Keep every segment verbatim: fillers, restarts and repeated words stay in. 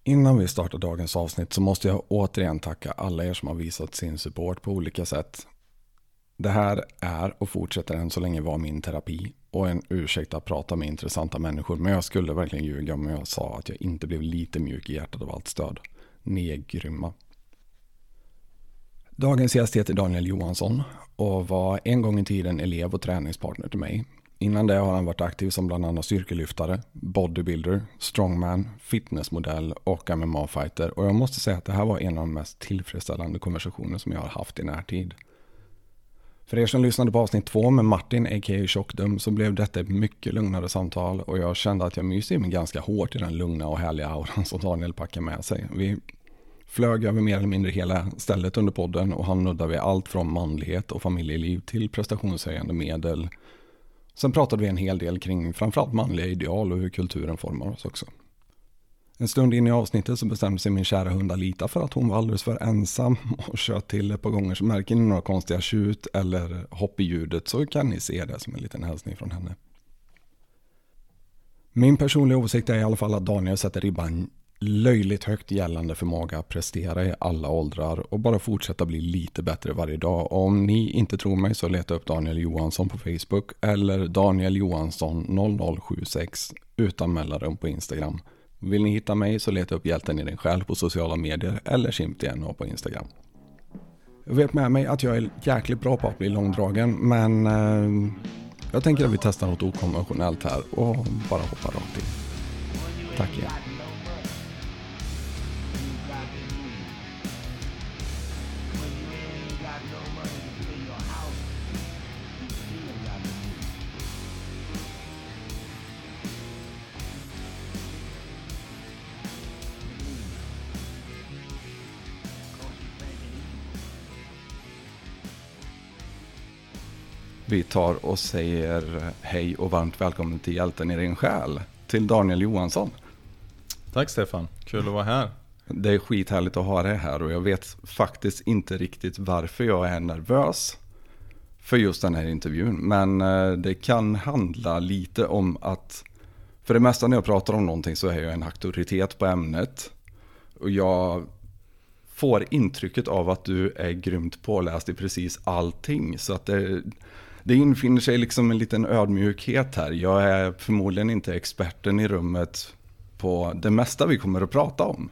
Innan vi startar dagens avsnitt så måste jag återigen tacka alla er som har visat sin support på olika sätt. Det här är och fortsätter än så länge vara min terapi och en ursäkt att prata med intressanta människor, men jag skulle verkligen ljuga om jag sa att jag inte blev lite mjuk i hjärtat av allt stöd. Ni är grymma. Dagens gäst heter Daniel Johansson och var en gång i tiden elev och träningspartner till mig. Innan det har han varit aktiv som bland annat styrkelyftare, bodybuilder, strongman, fitnessmodell och M M A-fighter. Och jag måste säga att det här var en av de mest tillfredsställande konversationer som jag har haft i närtid. För er som lyssnade på avsnitt två med Martin, a k a. Tjockdum, så blev detta ett mycket lugnare samtal. Och jag kände att jag myste mig ganska hårt i den lugna och härliga auran som Daniel packar med sig. Vi flög över mer eller mindre hela stället under podden och han nuddade vid allt från manlighet och familjeliv till prestationshöjande medel. Sen pratade vi en hel del kring framförallt manliga ideal och hur kulturen formar oss också. En stund in i avsnittet så bestämde sig min kära hund Alita för att hon var alldeles för ensam och kört till ett par gånger. Så märker ni några konstiga tjut eller hopp i ljudet så kan ni se det som en liten hälsning från henne. Min personliga åsikt är i alla fall att Daniel sätter ribban löjligt högt gällande förmåga att prestera i alla åldrar och bara fortsätta bli lite bättre varje dag. Och om ni inte tror mig så leta upp Daniel Johansson på Facebook eller Daniel Johansson noll noll sju sex utan mellanrum på Instagram. Vill ni hitta mig så leta upp hjälten i din själv på sociala medier eller Simptien på Instagram. Jag vet med mig att jag är jäkligt bra på att bli långdragen, men eh, jag tänker att vi testar något okonventionellt här och bara hoppar rakt in. Tack igen. Vi tar och säger hej och varmt välkommen till hjälten i din själ, till Daniel Johansson. Tack Stefan, kul att vara här. Det är skithärligt att ha dig här och jag vet faktiskt inte riktigt varför jag är nervös för just den här intervjun. Men det kan handla lite om att för det mesta när jag pratar om någonting så är jag en auktoritet på ämnet. Och jag får intrycket av att du är grymt påläst i precis allting. Så att det, det infinner sig liksom en liten ödmjukhet här. Jag är förmodligen inte experten i rummet på det mesta vi kommer att prata om.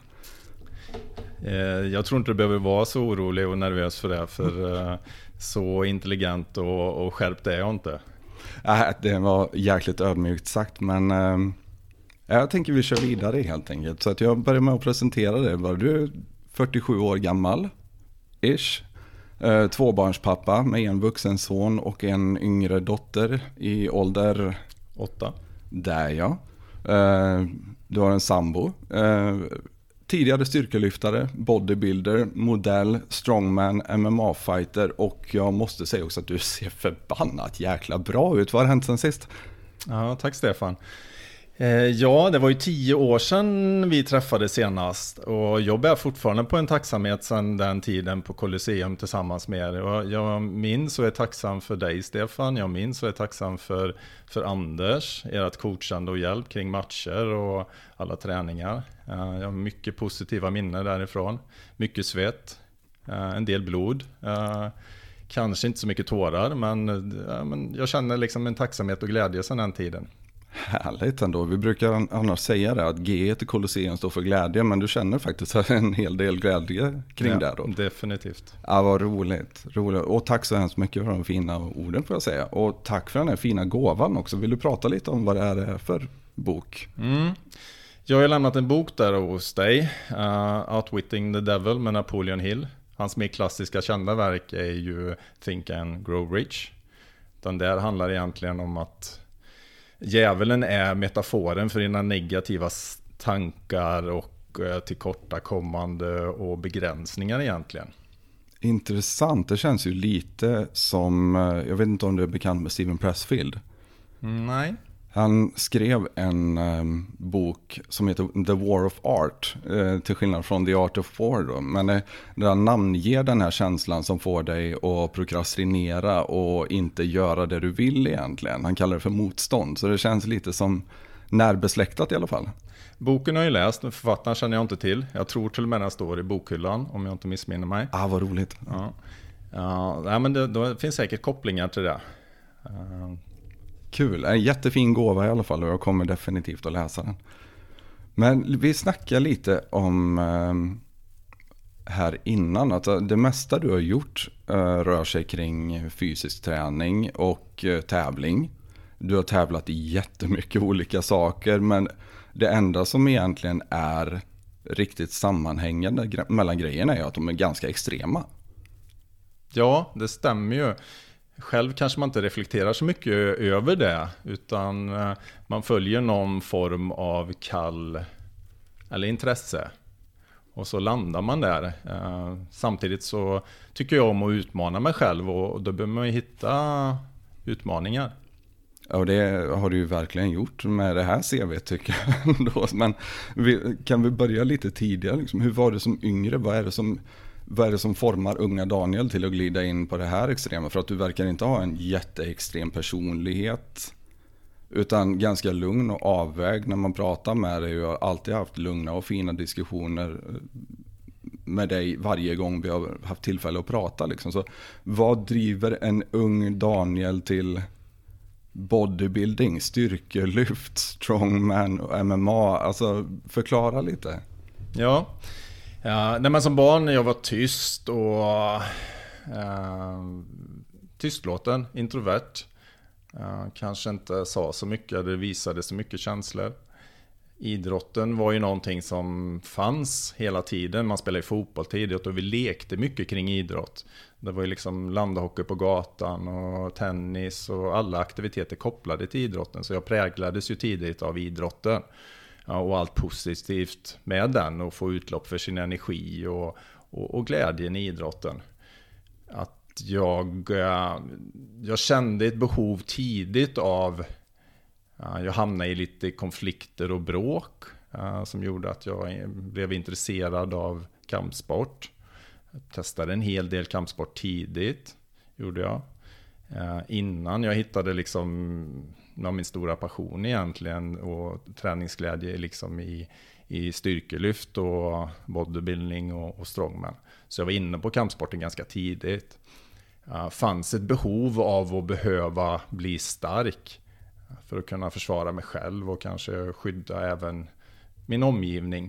Jag tror inte du behöver vara så orolig och nervös för det. För så intelligent och, och skärpt är jag inte. Äh, det var jäkligt ödmjukt sagt, men äh, jag tänker vi kör vidare helt enkelt. Så att jag börjar med att presentera dig. Var du fyrtiosju år gammal, ish. Eh, tvåbarnspappa med en vuxen son och en yngre dotter i ålder åtta. Där ja. Eh, du har en sambo. Eh, tidigare styrkelyftare, bodybuilder, modell, strongman, M M A-fighter och jag måste säga också att du ser förbannat jäkla bra ut. Vad har hänt sen sist? Ja, tack Stefan. Ja, det var ju tio år sedan vi träffades senast och jag bär fortfarande på en tacksamhet sedan den tiden på Colosseum tillsammans med er. Och jag minns och är tacksam för dig Stefan, jag minns och är tacksam för, för Anders, ert coachande och hjälp kring matcher och alla träningar. Jag har mycket positiva minnen därifrån, mycket svett, en del blod. Kanske inte så mycket tårar, men, men jag känner liksom en tacksamhet och glädje sedan den tiden. Härligt ändå. Vi brukar annars säga det att G till Colosseum står för glädje, men du känner faktiskt en hel del glädje kring ja, det då. Definitivt. Ja, vad roligt. roligt. Och tack så hemskt mycket för de fina orden får jag säga. Och tack för den här fina gåvan också. Vill du prata lite om vad det är för bok? Mm. Jag har lämnat en bok där hos dig, uh, Outwitting the Devil med Napoleon Hill. Hans mer klassiska kända verk är ju Think and Grow Rich. Den där handlar egentligen om att djävulen är metaforen för dina negativa tankar och tillkortakommande och begränsningar egentligen. Intressant, det känns ju lite som, jag vet inte om du är bekant med Steven Pressfield. Mm, nej. Han skrev en um, bok som heter The War of Art, eh, till skillnad från The Art of War då. Men eh, där han namnger den här känslan som får dig att prokrastinera och inte göra det du vill egentligen. Han kallar det för motstånd, så det känns lite som närbesläktat i alla fall. Boken har jag läst, författaren känner jag inte till. Jag tror till och med den står i bokhyllan, om jag inte missminner mig. Ah, vad roligt. Ja, ja nej, men det, det finns säkert kopplingar till det. Uh. Kul, en jättefin gåva i alla fall och jag kommer definitivt att läsa den. Men vi snackar lite om um, här innan att det mesta du har gjort uh, rör sig kring fysisk träning och uh, tävling. Du har tävlat i jättemycket olika saker, men det enda som egentligen är riktigt sammanhängande gre- mellan grejerna är att de är ganska extrema. Ja, det stämmer ju. Själv kanske man inte reflekterar så mycket över det, utan man följer någon form av kall eller intresse. Och så landar man där. Samtidigt så tycker jag om att utmana mig själv, och då behöver man ju hitta utmaningar. Ja, och det har du ju verkligen gjort med det här C V tycker jag. Men vi, kan vi börja lite tidigare? Liksom? Hur var det som yngre? Vad är det som, vad är det som formar unga Daniel till att glida in på det här extrema? För att du verkar inte ha en jätteextrem personlighet, utan ganska lugn och avvägd när man pratar med dig. Jag har alltid haft lugna och fina diskussioner med dig varje gång vi har haft tillfälle att prata. Liksom. Så vad driver en ung Daniel till bodybuilding, styrkelyft, strongman och M M A? Alltså förklara lite. Ja, ja nej, men som barn jag var tyst och eh, tystlåten, introvert. Eh, kanske inte sa så mycket eller visade så mycket känslor. Idrotten var ju någonting som fanns hela tiden. Man spelade fotboll tidigt och vi lekte mycket kring idrott. Det var ju liksom landhockey på gatan och tennis och alla aktiviteter kopplade till idrotten. Så jag präglades ju tidigt av idrotten. Ja, och allt positivt med den, och få utlopp för sin energi och, och, och glädjen i idrotten. Att jag, jag kände ett behov tidigt av... Jag hamnade i lite konflikter och bråk som gjorde att jag blev intresserad av kampsport. Jag testade en hel del kampsport tidigt, gjorde jag. Innan jag hittade liksom min stora passion egentligen och träningsglädje liksom i, i styrkelyft och bodybuilding och, och strongman. Så jag var inne på kampsporten ganska tidigt. Fanns ett behov av att behöva bli stark för att kunna försvara mig själv och kanske skydda även min omgivning.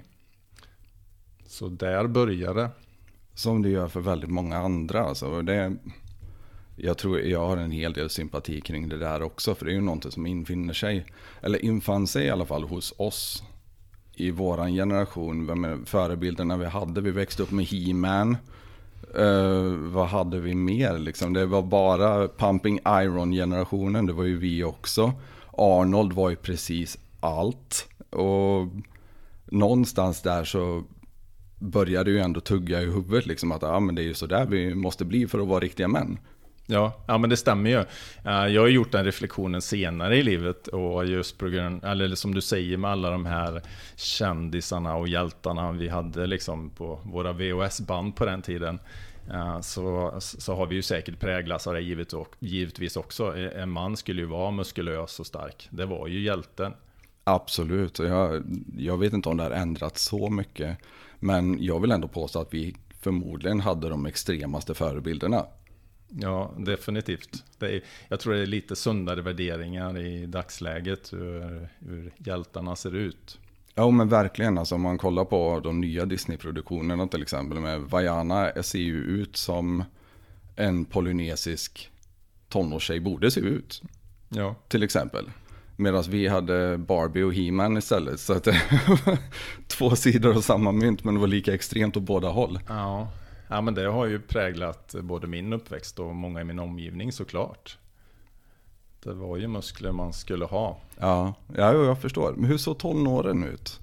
Så där började. Som det gör för väldigt många andra. Alltså det, jag tror jag har en hel del sympati kring det där också. För det är ju någonting som infinner sig. Eller infann sig i alla fall hos oss. I våran generation. Förebilderna vi hade. Vi växte upp med He-Man. Uh, vad hade vi mer liksom? Det var bara Pumping Iron-generationen. Det var ju vi också. Arnold var ju precis allt. Och någonstans där så började ju ändå tugga i huvudet liksom att ja, men det är ju så där vi måste bli för att vara riktiga män. Ja, ja men det stämmer ju. Jag har gjort den reflektionen senare i livet, och just på grund, eller som du säger, med alla de här kändisarna och hjältarna vi hade liksom på våra V H S-band på den tiden, så, så har vi ju säkert präglats av det givet och, givetvis också. En man skulle ju vara muskulös och stark. Det var ju hjälten. Absolut. Jag, jag vet inte om det har ändrats så mycket, men jag vill ändå påstå att vi förmodligen hade de extremaste förebilderna. Ja, definitivt. Det är, jag tror det är lite sundare värderingar i dagsläget hur, hur hjältarna ser ut. Ja, men verkligen. Alltså, om man kollar på de nya Disney-produktionerna till exempel med Vaiana ser ju ut som en polynesisk tonårstjej borde se ut. Ja. Till exempel. Medan vi hade Barbie och He-Man istället. Så att det var två sidor av samma mynt, men det var lika extremt åt båda håll. Ja. Ja, men det har ju präglat både min uppväxt och många i min omgivning såklart. Det var ju muskler man skulle ha. Ja, ja jag förstår. Men hur såg tonåren ut?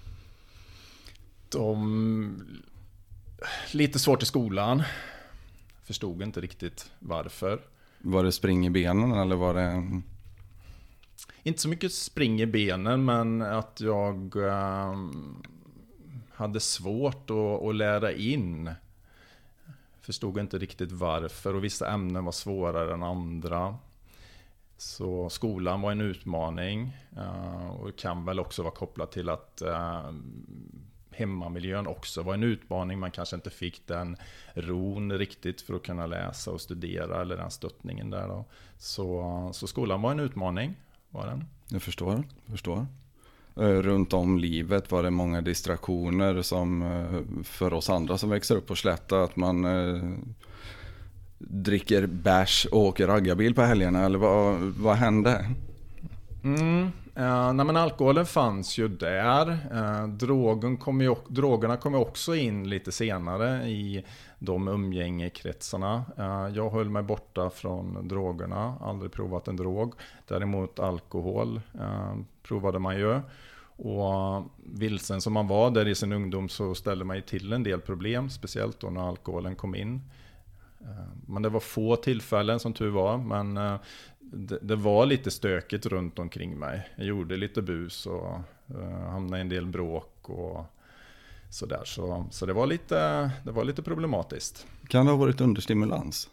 De... Lite svårt i skolan. Förstod inte riktigt varför. Var det spring i benen eller var det... Inte så mycket spring i benen, men att jag äh, hade svårt att, att lära in. Förstod inte riktigt varför, och vissa ämnen var svårare än andra. Så skolan var en utmaning och kan väl också vara kopplat till att hemmamiljön också var en utmaning. Man kanske inte fick den ron riktigt för att kunna läsa och studera eller den stöttningen där då. Så, så skolan var en utmaning, var den. Jag förstår, förstår. Runt om livet var det många distraktioner som för oss andra som växer upp på Slätta, att man eh, dricker bärs och åker raggarbil på helgerna, eller vad, vad hände? Mm, eh, nej men alkoholen fanns ju där. Eh, drogen kom ju, drogerna kom ju också in lite senare i de umgängekretsarna. Eh, jag höll mig borta från drogerna, aldrig provat en drog. Däremot alkohol eh, provade man ju. Och vilsen som man var där i sin ungdom så ställde man ju till en del problem, speciellt då när alkoholen kom in. Men det var få tillfällen som tur var, men det, det var lite stökigt runt omkring mig. Jag gjorde lite bus och uh, hamnade i en del bråk och sådär. Så, så det var lite, det var lite problematiskt. Kan det ha varit understimulans?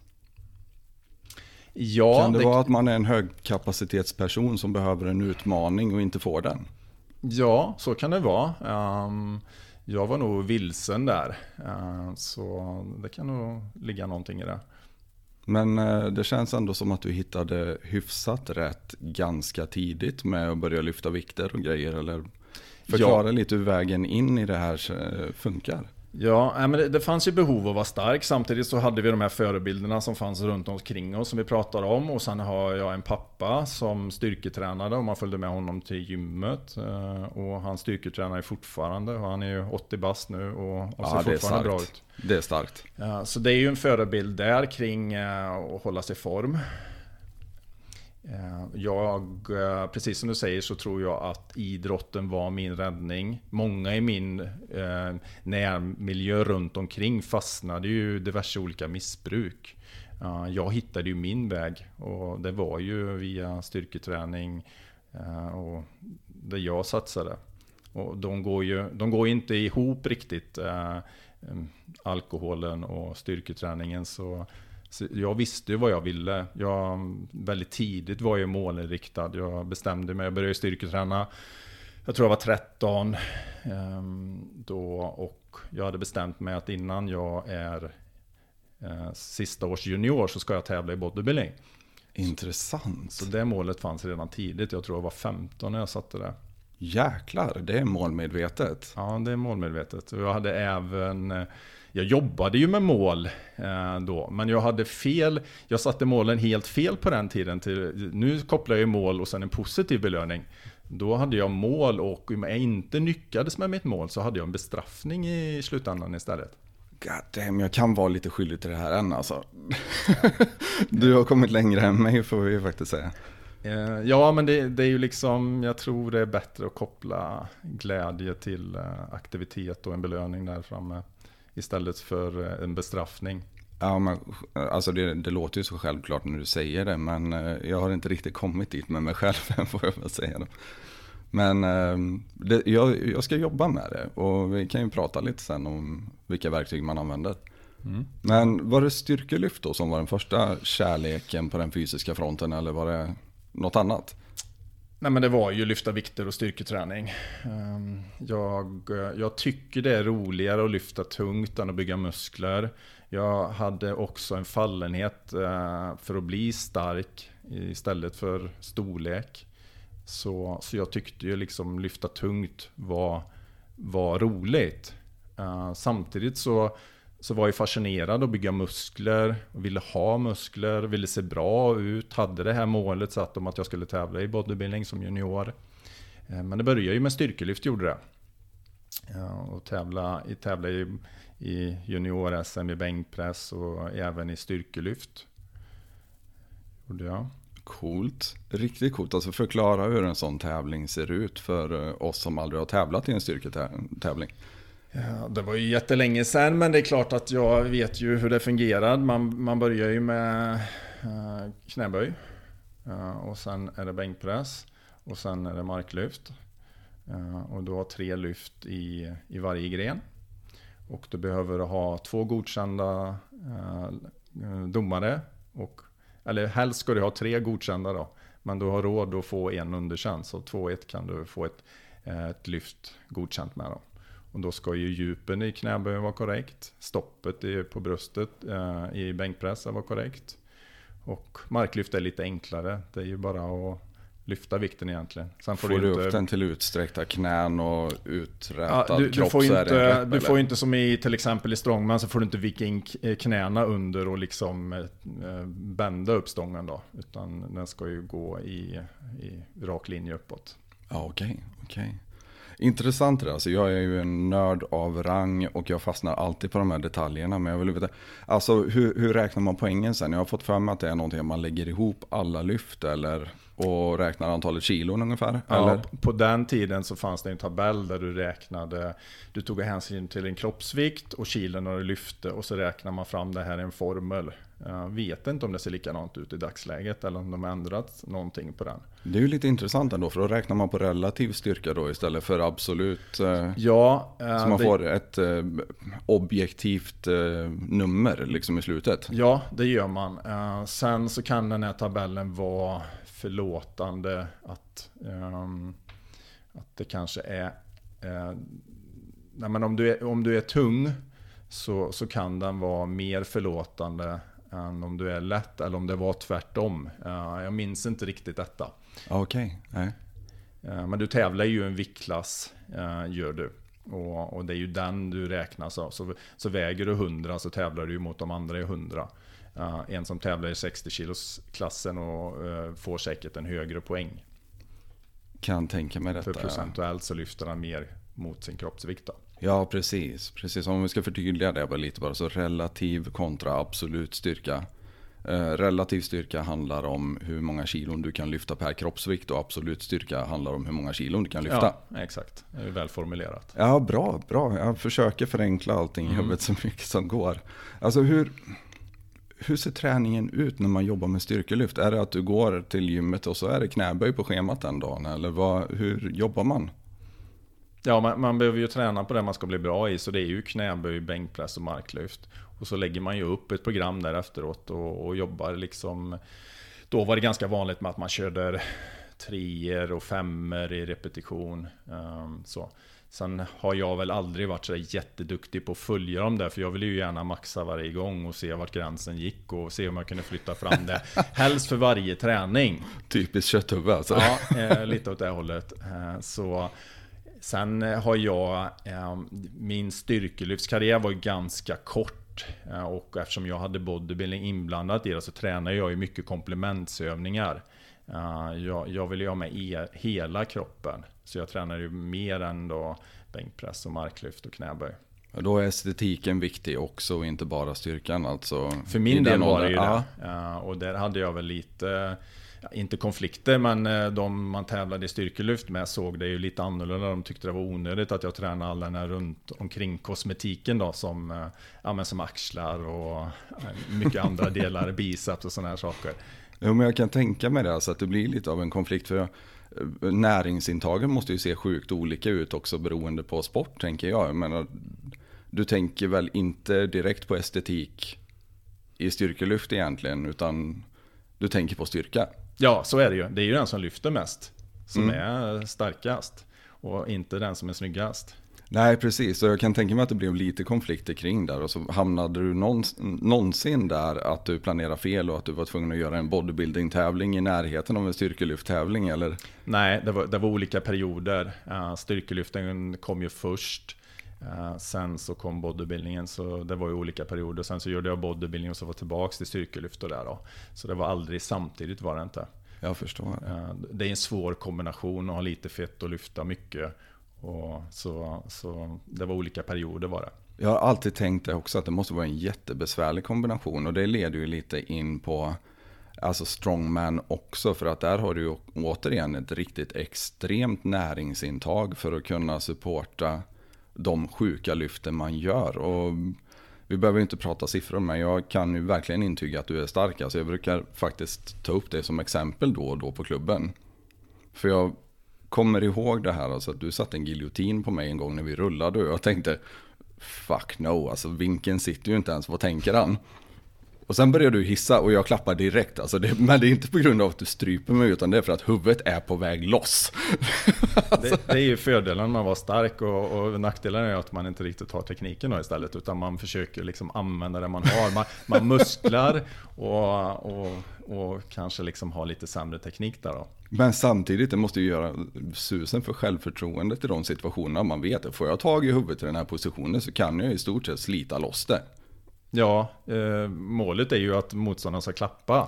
Ja, kan det, det vara att man är en högkapacitetsperson som behöver en utmaning och inte får den? Ja, så kan det vara. Um, jag var nog vilsen där. Uh, så det kan nog ligga någonting i det. Men uh, det känns ändå som att du hittade hyfsat rätt ganska tidigt med att börja lyfta vikter och grejer. Eller förklara ja. lite hur vägen in i det här uh, funkar. Ja, men det, det fanns ju behov av att vara stark. Samtidigt så hade vi de här förebilderna som fanns runt omkring oss som vi pratade om. Och sen har jag en pappa som styrketränade och man följde med honom till gymmet. Och han styrketränar ju fortfarande. Och han är ju åttio bast nu och, och ja, ser fortfarande bra ut. Det är starkt. Ja, så det är ju en förebild där kring att hålla sig i form. Jag, precis som du säger så tror jag att idrotten var min räddning. Många i min eh, närmiljö runt omkring fastnade ju diverse olika missbruk. Uh, jag hittade ju min väg och det var ju via styrketräning uh, och det jag satsade. Och de går ju de går inte ihop riktigt, uh, um, alkoholen och styrketräningen, så Så jag visste ju vad jag ville. Jag, väldigt tidigt var jag målinriktad. Jag bestämde mig, jag började styrketräna. Jag tror jag var tretton um, då, och jag hade bestämt mig att innan jag är uh, sista års junior så ska jag tävla i bodybuilding. Intressant. Så, så det målet fanns redan tidigt. Jag tror jag var femton när jag satte det. Jäklar, det är målmedvetet. Ja, det är målmedvetet. Och jag hade även... Jag jobbade ju med mål eh, då, men jag hade fel. Jag satte målen helt fel på den tiden. Till, nu kopplar jag mål och sen en positiv belöning. Då hade jag mål och om jag inte lyckades med mitt mål så hade jag en bestraffning i slutändan istället. God damn, jag kan vara lite skyldig till det här än alltså. Du har kommit längre än mig får vi faktiskt säga. Eh, ja, men det, det är ju liksom, jag tror det är bättre att koppla glädje till eh, aktivitet och en belöning där framme. Istället för en bestraffning. Ja, men, alltså det, det låter ju så självklart när du säger det. Men jag har inte riktigt kommit dit med mig själv, får jag väl säga då. Men det, jag, jag ska jobba med det. Och vi kan ju prata lite sen om vilka verktyg man använder. Mm. Men var det styrkelyft då som var den första kärleken på den fysiska fronten? Eller var det något annat? Nej, men det var ju lyfta vikter och styrketräning. Jag, jag tycker det är roligare att lyfta tungt än att bygga muskler. Jag hade också en fallenhet för att bli stark istället för storlek. Så, så jag tyckte ju liksom lyfta tungt var, var roligt. Samtidigt så, så var jag fascinerad att bygga muskler, ville ha muskler, ville se bra ut, hade det här målet satt om att jag skulle tävla i bodybuilding som junior. Men det började ju med styrkelyft, gjorde det. Och tävla, tävla i, i junior-S M i bänkpress och även i styrkelyft. Gjorde jag. Coolt, riktigt coolt. Alltså förklara hur en sån tävling ser ut för oss som aldrig har tävlat i en styrketävling. Ja, det var ju jättelänge sedan, men det är klart att jag vet ju hur det fungerar. Man, man börjar ju med uh, knäböj uh, och sen är det bänkpress och sen är det marklyft. Uh, och du har tre lyft i, i varje gren. Och du behöver ha två godkända uh, domare. Och, eller helst ska du ha tre godkända då. Men du har råd att få en underkänd, så två ett kan du få ett, ett lyft godkänt med då. Och då ska ju djupen i knäböjen vara korrekt. Stoppet är på bröstet eh, i bänkpress vara korrekt. Och marklyft är lite enklare. Det är ju bara att lyfta vikten egentligen. Sen får, får du inte... upp den till utsträckta knän och uträtad ja, du, kropp du får så inte, är det en grepp, du får inte som i till exempel i strongman, så får du inte vika in knäna under och liksom eh, bända upp stången då. Utan den ska ju gå i, i rak linje uppåt. Ja, okej, okay, okej. Okay. Intressant det där. Alltså jag är ju en nörd av rang och jag fastnar alltid på de här detaljerna. Men jag vill veta, alltså hur, hur räknar man poängen sen? Jag har fått för mig att det är någonting man lägger ihop alla lyft eller, och räknar antalet kilon ungefär. Ja, eller? På den tiden så fanns det en tabell där du räknade, du tog hänsyn till en kroppsvikt och kilon när du lyfte och så räknar man fram det här i en formel. Jag vet inte om det ser likadant ut i dagsläget eller om de har ändrat någonting på den. Det är ju lite intressant ändå, för då räknar man på relativ styrka då istället för absolut. Eh, ja, eh, så man det, får ett eh, objektivt eh, nummer liksom i slutet. Ja, det gör man. Eh, sen så kan den här tabellen vara förlåtande att, eh, att det kanske är... Eh, nej, men om du är, om du är tung så, så kan den vara mer förlåtande än om du är lätt, eller om det var tvärtom. Uh, jag minns inte riktigt detta. Okej, okay. uh, Men du tävlar ju en viktklass, uh, gör du. Och, och det är ju den du räknas av. Så, så väger du hundra så tävlar du mot de andra i hundra. Uh, en som tävlar i sextio kilos klassen och uh, får säkert en högre poäng. Kan tänka mig detta. För procentuellt så lyfter han mer mot sin kroppsvikt då. Ja, precis. Precis, om vi ska förtydliga det bara lite bara. Så relativ kontra absolut styrka. Eh, relativ styrka handlar om hur många kilon du kan lyfta per kroppsvikt. Och absolut styrka handlar om hur många kilon du kan lyfta. Ja, exakt. Det är väl formulerat. Ja, bra, bra. Jag försöker förenkla allting i huvudet så mycket som går. Alltså hur... Hur ser träningen ut när man jobbar med styrkelyft? Är det att du går till gymmet och så är det knäböj på schemat den dagen? Eller vad, hur jobbar man? Ja, man, man behöver ju träna på det man ska bli bra i. Så det är ju knäböj, bänkpress och marklyft. Och så lägger man ju upp ett program där efteråt och, och jobbar liksom. Då var det ganska vanligt med att man körde treor och femmer i repetition. Um, så. Sen har jag väl aldrig varit så jätteduktig på att följa dem där. För jag vill ju gärna maxa varje gång och se vart gränsen gick. Och se om jag kunde flytta fram det. Helst för varje träning. Typiskt kötthuvud alltså. Ja, eh, lite åt det hållet. Eh, så... Sen har jag, eh, min styrkelyftskarriär var ganska kort eh, och eftersom jag hade bodybuilding inblandat i det så tränar jag ju mycket komplementsövningar. Eh, jag, jag vill ju ha med e- hela kroppen, så jag tränar ju mer än då bänkpress och marklyft och knäböj. Då är estetiken viktig också och inte bara styrkan alltså. För min del var det ju det. Eh, och där hade jag väl lite... Inte konflikter, men de man tävlade i styrkelyft med såg det ju lite annorlunda. De tyckte det var onödigt att jag tränade alla den här runt omkring kosmetiken då, som, ja, men som axlar och mycket andra delar, biceps och sådana här saker. Jo, men jag kan tänka mig det, alltså att det blir lite av en konflikt, för näringsintagen måste ju se sjukt olika ut också beroende på sport, tänker jag. Jag menar, du tänker väl inte direkt på estetik i styrkelyft egentligen, utan du tänker på styrka. Ja, så är det ju. Det är ju den som lyfter mest som Mm. är starkast och inte den som är snyggast. Nej, precis. Så jag kan tänka mig att det blev lite konflikter kring där. Och så hamnade du någons- någonsin där att du planerade fel och att du var tvungen att göra en bodybuilding-tävling i närheten av en styrkelyft-tävling, eller? Nej, det var, det var olika perioder. Uh, styrkelyften kom ju först. Uh, sen så kom bodybuildingen, så det var ju olika perioder. Sen så gjorde jag bodybuilding och så var tillbaka till styrkelyft och där då. Så det var aldrig samtidigt, var det inte. Jag förstår. Uh, det är en svår kombination att ha lite fett och lyfta mycket. Och så, så det var olika perioder var det. Jag har alltid tänkt det också, att det måste vara en jättebesvärlig kombination. Och det leder ju lite in på alltså strongman också. För att där har du ju återigen ett riktigt extremt näringsintag för att kunna supporta de sjuka lyften man gör. Och vi behöver inte prata siffror, men jag kan ju verkligen intyga att du är stark. Alltså jag brukar faktiskt ta upp det som exempel då och då på klubben. För jag kommer ihåg det här, alltså att du satte en giljotin på mig en gång när vi rullade och jag tänkte, fuck no, alltså vinkeln sitter ju inte ens, vad tänker han? Och sen börjar du hissa och jag klappar direkt. Alltså det, men det är inte på grund av att du stryper mig, utan det är för att huvudet är på väg loss. Det, det är ju fördelen med att vara stark, och, och nackdelen är att man inte riktigt har tekniken då istället, utan man försöker liksom använda det man har. Man, man musklar och, och, och kanske liksom har lite sämre teknik där då. Men samtidigt, det måste ju göra susen för självförtroendet i de situationerna. Man vet att får jag tag i huvudet i den här positionen så kan jag i stort sett slita loss det. Ja, eh, målet är ju att motståndaren ska klappa.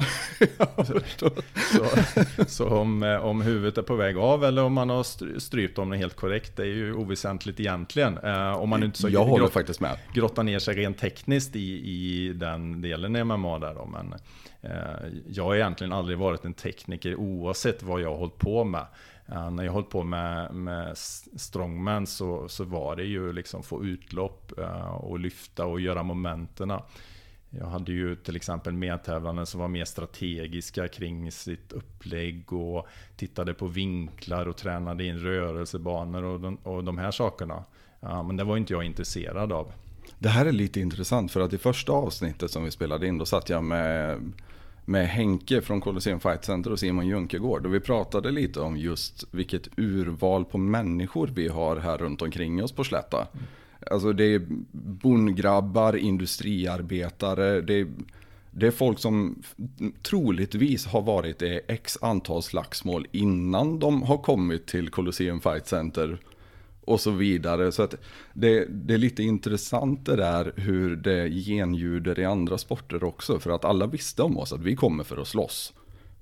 så så, så om, om huvudet är på väg av eller om man har strypt dem helt korrekt, det är ju oväsentligt egentligen. Eh, om man inte så jag håller grott, faktiskt med. grottar ner sig rent tekniskt i, i den delen i M M A där då. Men eh, jag har egentligen aldrig varit en tekniker oavsett vad jag har hållit på med. Uh, när jag höll på med, med strongman så, så var det ju liksom få utlopp uh, och lyfta och göra momenterna. Jag hade ju till exempel medtävlande som var mer strategiska kring sitt upplägg och tittade på vinklar och tränade in rörelsebanor och de, och de här sakerna. Uh, men det var inte jag intresserad av. Det här är lite intressant, för att i första avsnittet som vi spelade in, då satt jag med med Henke från Colosseum Fight Center och Simon Junkegård, och vi pratade lite om just vilket urval på människor vi har här runt omkring oss på Slätta. Mm. Alltså det är bondgrabbar, industriarbetare, det är, det är folk som troligtvis har varit i x antal slagsmål innan de har kommit till Colosseum Fight Center och så vidare. Så att det, det är lite intressant det där hur det genljuder i andra sporter också. För att alla visste om oss att vi kommer för att slåss.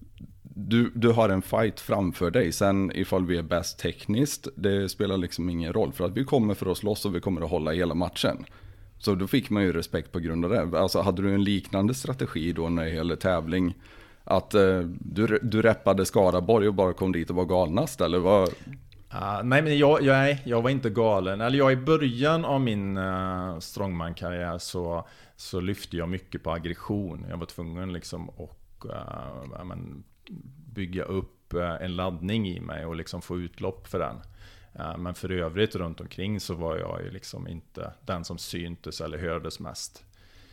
Du, du har en fight framför dig. Sen ifall vi är bäst tekniskt, det spelar liksom ingen roll. För att vi kommer för att slåss och vi kommer att hålla hela matchen. Så då fick man ju respekt på grund av det. Alltså hade du en liknande strategi då när det gäller tävling? Att eh, du, du reppade Skaraborg och bara kom dit och var galnast, eller vad? Uh, nej men jag, jag, jag var inte galen. Eller jag i början av min uh, strongman-karriär så, så lyfte jag mycket på aggression. Jag var tvungen liksom att uh, men, bygga upp uh, en laddning i mig och liksom få utlopp för den. Uh, men för övrigt runt omkring så var jag ju liksom inte den som syntes eller hördes mest.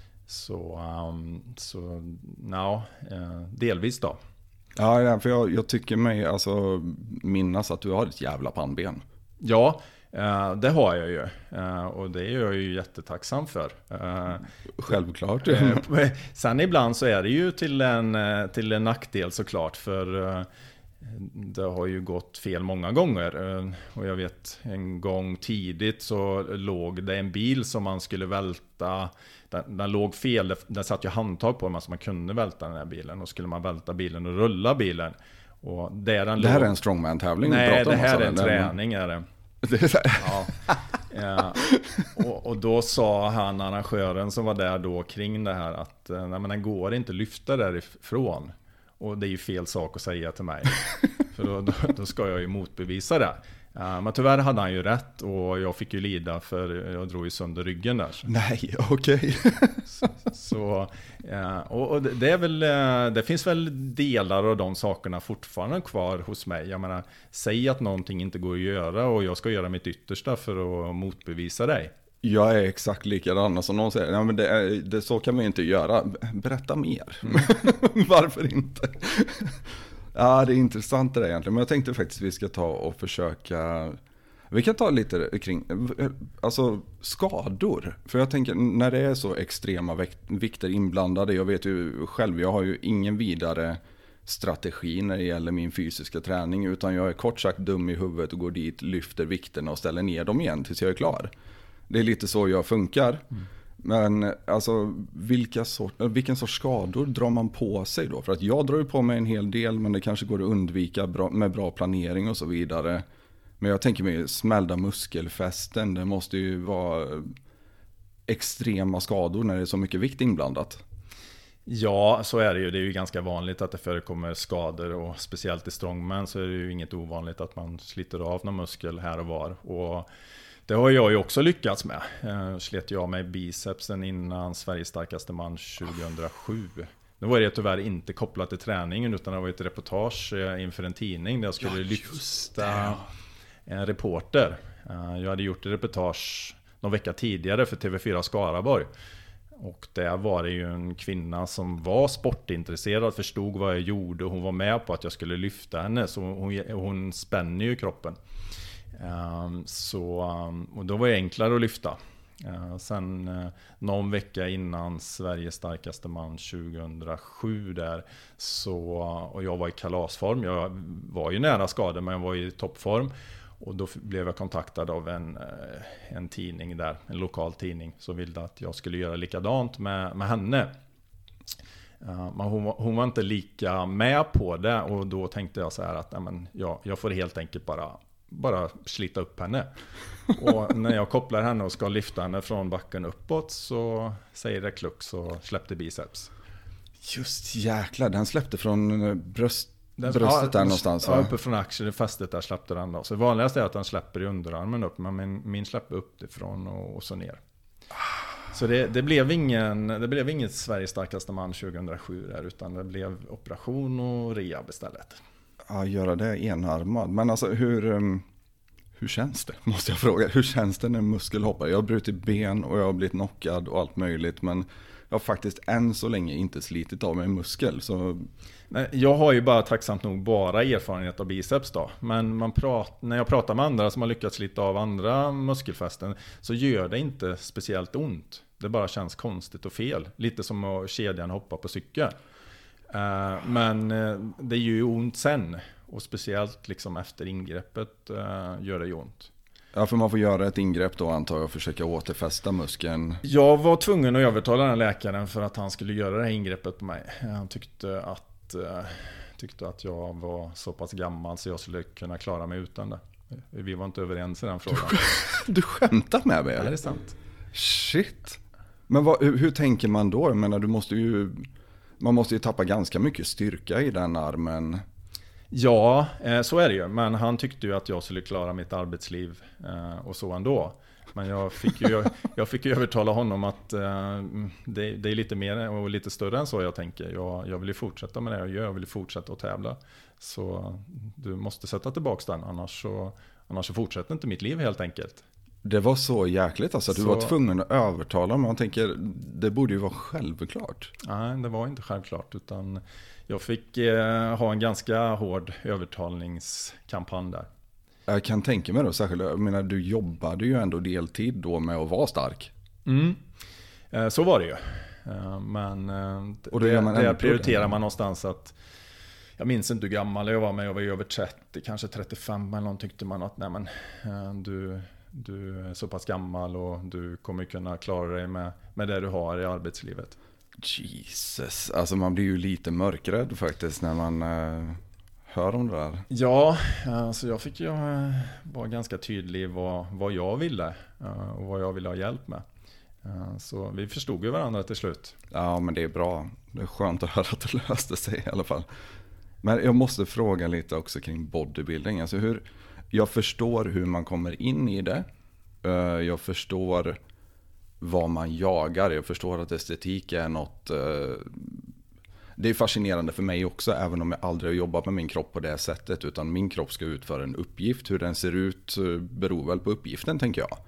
Så, um, så no, uh, delvis då. Ja, för jag, jag tycker mig alltså minnas att du har ett jävla pannben. Ja, uh, det har jag ju. Uh, och det är jag ju jättetacksam för. Uh, Självklart. Uh, sen ibland så är det ju till en, till en nackdel såklart. För uh, det har ju gått fel många gånger. Uh, och jag vet en gång tidigt så låg det en bil som man skulle välta. Den, den låg fel, där satt ju handtag på den så man kunde välta den här bilen. Och skulle man välta bilen och rulla bilen. Och där den det här låg... är en strongman-tävling? Nej, det här är en träning är det. Ja. Ja. Och, och då sa han, arrangören som var där då kring det här, att nej, men den går inte lyfta därifrån. Och det är ju fel sak att säga till mig. För då, då, då ska jag ju motbevisa det. Uh, men tyvärr hade han ju rätt och jag fick ju lida för jag drog ju sönder ryggen där. Så. Nej, okej. Okay. så, så uh, och, och det är väl uh, det finns väl delar av de sakerna fortfarande kvar hos mig. Jag menar, säg att någonting inte går att göra och jag ska göra mitt yttersta för att motbevisa dig. Jag är exakt likadan som någon säger, ja, men det är, det, så kan man ju inte göra. Berätta mer. Mm. Varför inte? Ja, det är intressant det där egentligen. Men jag tänkte faktiskt att vi ska ta och försöka... Vi kan ta lite kring alltså skador. För jag tänker, när det är så extrema vikter inblandade, jag vet ju själv, jag har ju ingen vidare strategi när det gäller min fysiska träning, utan jag är kort sagt dum i huvudet och går dit, lyfter vikterna och ställer ner dem igen tills jag är klar. Det är lite så jag funkar. Mm. Men alltså, vilka sort, vilken sorts skador drar man på sig då? För att jag drar ju på mig en hel del, men det kanske går att undvika bra, med bra planering och så vidare. Men jag tänker mig smällda muskelfästen, det måste ju vara extrema skador när det är så mycket vikt inblandat. Ja, så är det ju. Det är ju ganska vanligt att det förekommer skador, och speciellt i strongman så är det ju inget ovanligt att man sliter av någon muskel här och var. Och det har jag ju också lyckats med. Jag slet jag med bicepsen innan Sveriges starkaste man tjugohundrasju. Nu var det tyvärr inte kopplat till träningen, utan det var ett reportage inför en tidning där jag skulle ja, lyfta en reporter. Jag hade gjort ett reportage någon vecka tidigare för T V fyra Skaraborg. Och där var det ju en kvinna som var sportintresserad, förstod vad jag gjorde och hon var med på att jag skulle lyfta henne, så hon, hon spänner ju kroppen. Um, så, um, och då var det enklare att lyfta. Uh, sen uh, någon vecka innan Sveriges starkaste man tjugohundrasju där, så, och jag var i kalasform, jag var ju nära skada men jag var i toppform. Och då blev jag kontaktad av en, en tidning där, en lokal tidning, som ville att jag skulle göra likadant med, med henne. Men hon, hon var inte lika med på det, och då tänkte jag så här att nej men, jag, jag får helt enkelt bara, bara slita upp henne. Och när jag kopplar henne och ska lyfta henne från backen uppåt, så säger det kluck, så släppte biceps. Just jäklar, den släppte från bröst. Den, bröstet ja, där någonstans, ja, uppe från axeln, fästet där släppte den då. Så det vanligaste är att den släpper i underarmen upp, men min, min släpper upp ifrån och, och så ner. Så det, det blev ingen, det blev inget Sveriges starkaste man tjugohundrasju där, utan det blev operation och rehab istället. Ja, göra det enarmad. Men alltså hur, hur känns det? Måste jag fråga. Hur känns det när muskel hoppar? Jag har brutit ben och jag har blivit knockad och allt möjligt, men jag har faktiskt än så länge inte slitit av mig muskel. Så... Nej, jag har ju bara tacksamt nog bara erfarenhet av biceps då. Men man prat, när jag pratar med andra som har lyckats slita av andra muskelfästen, så gör det inte speciellt ont. Det bara känns konstigt och fel. Lite som att kedjan hoppa på cykeln. Uh, men uh, det gör ju ont sen. Och speciellt liksom efter ingreppet uh, gör det ju ont. Ja, för man får göra ett ingrepp då, antar jag, och försöka återfästa muskeln. Jag var tvungen att övertala den läkaren för att han skulle göra det här ingreppet på mig. Han tyckte att, uh, tyckte att jag var så pass gammal så jag skulle kunna klara mig utan det. Vi var inte överens i den frågan. Du, du skämtar med mig? Ja, det är sant. Shit. Men vad, hur, hur tänker man då? Jag menar, du måste ju... Man måste ju tappa ganska mycket styrka i den armen. Ja, så är det ju. Men han tyckte ju att jag skulle klara mitt arbetsliv och så ändå. Men jag fick ju, jag fick ju övertala honom att det, det är lite mer och lite större än så jag tänker. Jag, jag vill ju fortsätta med det jag gör. Jag vill ju fortsätta att tävla. Så du måste sätta tillbaka den. Annars så, annars så fortsätter inte mitt liv helt enkelt. Det var så jäkligt alltså. Du så... var tvungen att övertala. Man tänker, det borde ju vara självklart. Nej, det var inte självklart. Utan jag fick eh, ha en ganska hård övertalningskampanj där. Jag kan tänka mig då, särskilt, jag menar, du jobbade ju ändå deltid då med att vara stark. Mm. Eh, så var det ju. Eh, men eh, och då det, man det prioriterar man någonstans att... Jag minns inte hur gammal jag var, men jag var ju över trettio, kanske trettiofem. Men någon tyckte man att nej men, eh, du... Du är så pass gammal och du kommer kunna klara dig med, med det du har i arbetslivet. Jesus, alltså man blir ju lite mörkrädd faktiskt när man uh, hör om det där. Ja, alltså jag fick ju uh, vara ganska tydlig vad, vad jag ville uh, och vad jag ville ha hjälp med. Uh, så vi förstod ju varandra till slut. Ja, men det är bra. Det är skönt att höra att det löste sig i alla fall. Men jag måste fråga lite också kring bodybuilding. Alltså hur... Jag förstår hur man kommer in i det. Jag förstår vad man jagar. Jag förstår att estetik är något... Det är fascinerande för mig också, även om jag aldrig har jobbat med min kropp på det sättet. Utan min kropp ska utföra en uppgift. Hur den ser ut beror väl på uppgiften, tänker jag.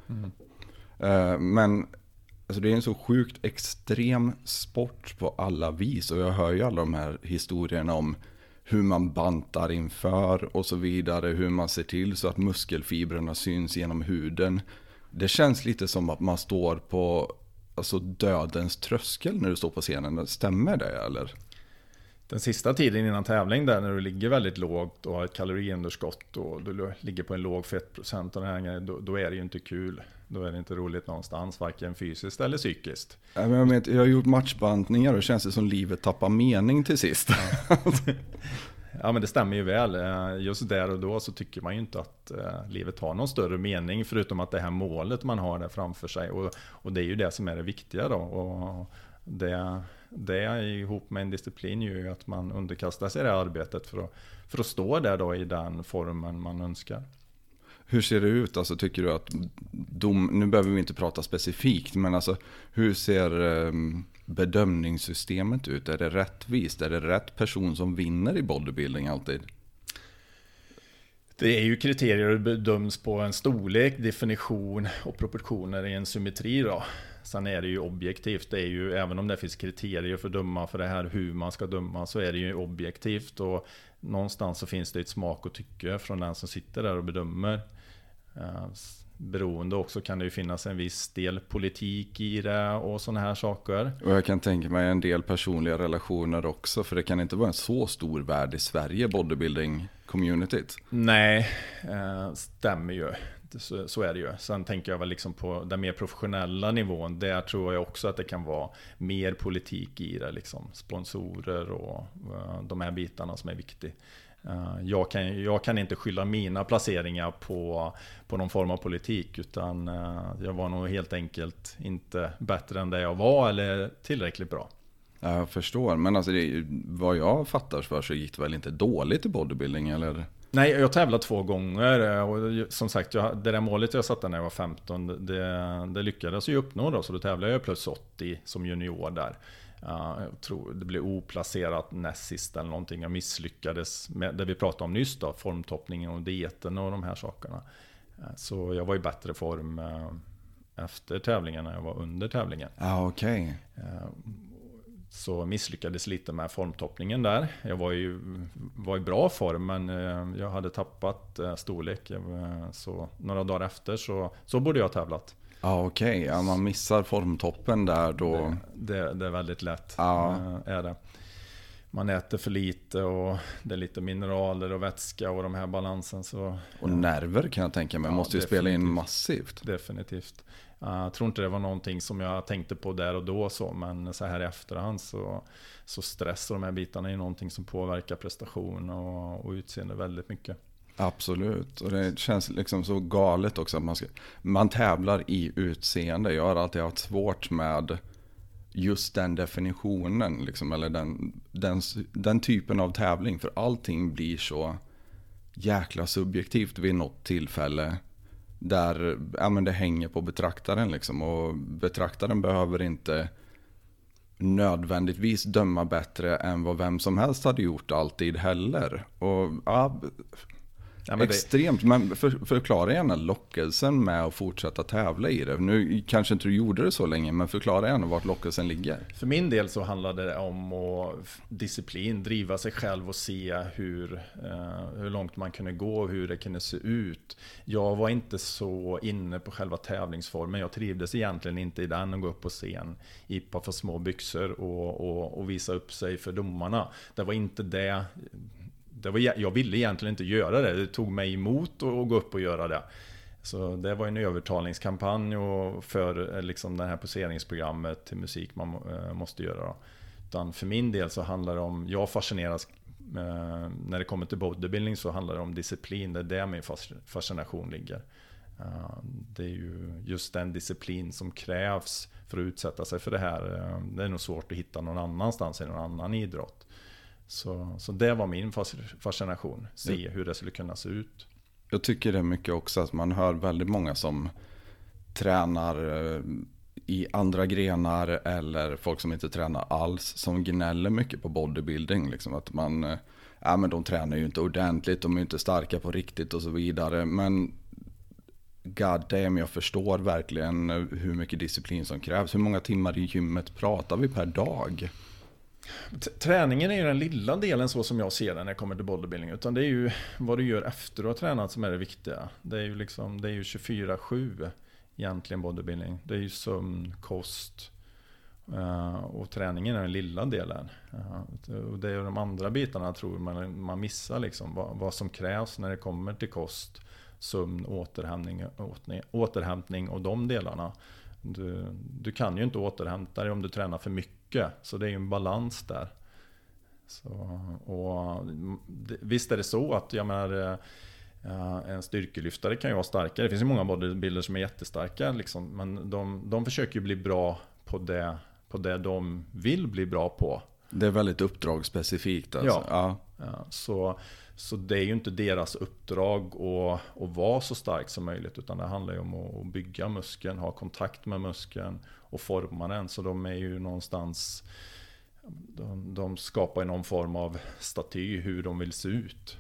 Mm. Men alltså, det är en så sjukt extrem sport på alla vis. Och jag hör ju alla de här historierna om hur man bantar inför och så vidare. Hur man ser till så att muskelfibrerna syns genom huden. Det känns lite som att man står på alltså, dödens tröskel när du står på scenen. Stämmer det eller? Den sista tiden innan tävling där när du ligger väldigt lågt och har ett kaloriunderskott och du ligger på en låg fettprocent och den här, då, då är det ju inte kul. Då är det inte roligt någonstans, varken fysiskt eller psykiskt. Ja, men jag, vet, jag har gjort matchbantningar och det känns som livet tappar mening till sist. Ja. Ja, men det stämmer ju väl. Just där och då så tycker man ju inte att livet har någon större mening förutom att det här målet man har där framför sig. Och, och det är ju det som är det viktiga då. Och det, det ihop med en disciplin gör ju att man underkastar sig det arbetet för att, för att stå där då i den formen man önskar. Hur ser det ut? Alltså, tycker du att dom, nu behöver vi inte prata specifikt, men alltså, hur ser um, bedömningssystemet ut? Är det rättvist? Är det rätt person som vinner i bodybuilding alltid? Det är ju kriterier som bedöms på en storlek, definition och proportioner i en symmetri då. Sen är det ju objektivt, det är ju, även om det finns kriterier för att döma för det här hur man ska döma, så är det ju objektivt, och någonstans så finns det ett smak och tycke från den som sitter där och bedömer. Beroende också kan det ju finnas en viss del politik i det och sådana här saker. Och jag kan tänka mig en del personliga relationer också, för det kan inte vara en så stor värld i Sverige, bodybuilding-communityt. Nej, eh, stämmer ju. Så, så är det ju. Sen tänker jag väl liksom på den mer professionella nivån. Där tror jag också att det kan vara mer politik i det. Liksom. Sponsorer och uh, de här bitarna som är viktiga. Uh, jag, kan, jag kan inte skylla mina placeringar på, på någon form av politik. Utan uh, jag var nog helt enkelt inte bättre än det jag var eller tillräckligt bra. Jag förstår, men alltså det, vad jag fattar för så gick det väl inte dåligt i bodybuilding eller? Nej, jag tävlade två gånger och som sagt, jag, det där målet jag satte när jag var femton, det, det lyckades jag uppnå då, så då tävlade jag plus åttio som junior där. Uh, jag tror det blev oplacerat näst sist eller någonting, jag misslyckades med det vi pratade om nyss då, formtoppningen och dieten och de här sakerna. Uh, så jag var i bättre form uh, efter tävlingen än jag var under tävlingen. Ja, ah, okej. Okay. Uh, Så misslyckades lite med formtoppningen där. Jag var ju var i bra form, men jag hade tappat storlek. Så några dagar efter så, så borde jag ha tävlat. Ja, okej. Okay. Ja, man missar formtoppen där då. Det, det, det är väldigt lätt. Ja. Är det. Man äter för lite och det är lite mineraler och vätska och de här balansen. Så, och nerver kan jag tänka mig. Ja, måste ju spela in massivt. Definitivt. Jag tror inte det var någonting som jag tänkte på där och då så, men så här i efterhand så, så stress och de här bitarna är någonting som påverkar prestation och, och utseende väldigt mycket. Absolut, och det känns liksom så galet också att man, ska, man tävlar i utseende. Jag har alltid haft svårt med just den definitionen liksom, eller den, den, den typen av tävling, för allting blir så jäkla subjektivt vid något tillfälle. Där ja, men det hänger på betraktaren liksom, och betraktaren behöver inte nödvändigtvis döma bättre än vad vem som helst hade gjort alltid heller. Och ja, ja men extremt, det... men för, förklara gärna lockelsen med att fortsätta tävla i det. Nu kanske inte du gjorde det så länge, men förklara gärna vart lockelsen ligger. För min del så handlade det om att disciplin, driva sig själv och se hur, eh, hur långt man kunde gå och hur det kunde se ut. Jag var inte så inne på själva tävlingsformen. Jag trivdes egentligen inte i den och gå upp på scen i ett par för små byxor och, och, och visa upp sig för domarna. Det var inte det... Det var, jag ville egentligen inte göra det. Det tog mig emot att gå upp och göra det. Så det var en övertalningskampanj och för liksom det här poseringsprogrammet till musik man måste göra. Då. Utan för min del så handlar det om, jag fascineras när det kommer till bodybuilding, så handlar det om disciplin. Det är där min fascination ligger. Det är ju just den disciplin som krävs för att utsätta sig för det här. Det är nog svårt att hitta någon annanstans i någon annan idrott. Så, så det var min fascination, se hur det skulle kunna se ut. Jag tycker det är mycket också att man hör väldigt många som tränar i andra grenar eller folk som inte tränar alls som gnäller mycket på bodybuilding. Liksom att man, ja men de tränar ju inte ordentligt, de är inte starka på riktigt och så vidare. Men god damn, jag förstår verkligen hur mycket disciplin som krävs. Hur många timmar i gymmet pratar vi per dag? Träningen är ju den lilla delen så som jag ser den när jag kommer till bodybuilding, utan det är ju vad du gör efter att ha tränat som är det viktiga. Det är ju liksom, det är ju tjugofyra sju egentligen bodybuilding. Det är ju sömn, kost och träningen är den lilla delen. Och det är ju de andra bitarna tror man man missar liksom, vad, vad som krävs när det kommer till kost, sömn, återhämtning, återhämtning och de delarna. Du, du kan ju inte återhämta dig om du tränar för mycket. Så det är ju en balans där. Så, och visst är det så att jag menar, en styrkelyftare kan ju vara starkare. Det finns ju många bodybuilders som är jättestarka liksom, men de, de försöker ju bli bra på det, på det de vill bli bra på. Det är väldigt uppdragsspecifikt alltså. Ja, ja. Så, så det är ju inte deras uppdrag att, att vara så stark som möjligt, utan det handlar ju om att bygga muskeln, ha kontakt med muskeln och forma den. Så de är ju någonstans, de, de skapar någon form av staty hur de vill se ut.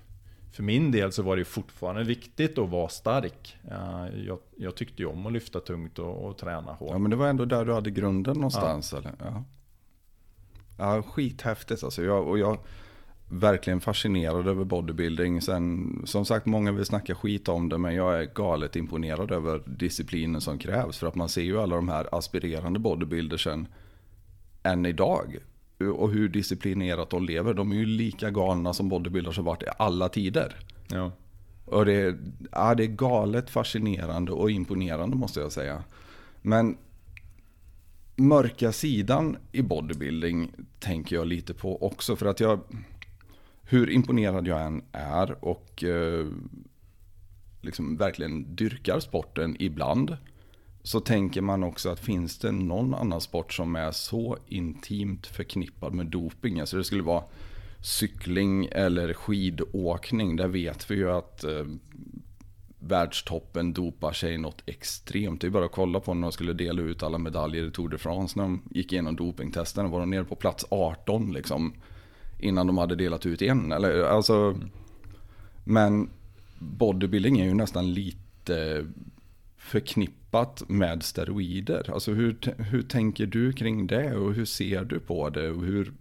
för min del så var det fortfarande viktigt att vara stark. Jag, jag tyckte ju om att lyfta tungt och, och träna hårt. Ja, men det var ändå där du hade grunden någonstans. Ja. Eller? Ja. Ja, skithäftigt alltså. Jag, och jag verkligen fascinerad över bodybuilding. Sen, som sagt, många vill snacka skit om det, men jag är galet imponerad över disciplinen som krävs. För att man ser ju alla de här aspirerande bodybuildersen än idag. Och hur disciplinerat de lever. De är ju lika galna som bodybuilders har varit i alla tider. Ja. Och det är, ja, det är galet fascinerande och imponerande, måste jag säga. Men mörka sidan i bodybuilding tänker jag lite på också. För att jag, hur imponerad jag än är och eh, liksom verkligen dyrkar sporten ibland, så tänker man också att finns det någon annan sport som är så intimt förknippad med doping? Alltså det skulle vara cykling eller skidåkning. Där vet vi ju att eh, världstoppen dopar sig något extremt. Det är bara att kolla på när de skulle dela ut alla medaljer i Tour de France. När de gick igenom dopingtesten var de nere på plats arton liksom, innan de hade delat ut en. Eller, alltså, men bodybuilding är ju nästan lite förknippat med steroider. Alltså hur, hur tänker du kring det och hur ser du på det? Och hur,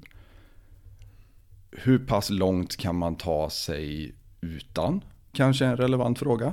hur pass långt kan man ta sig utan? Kanske en relevant fråga.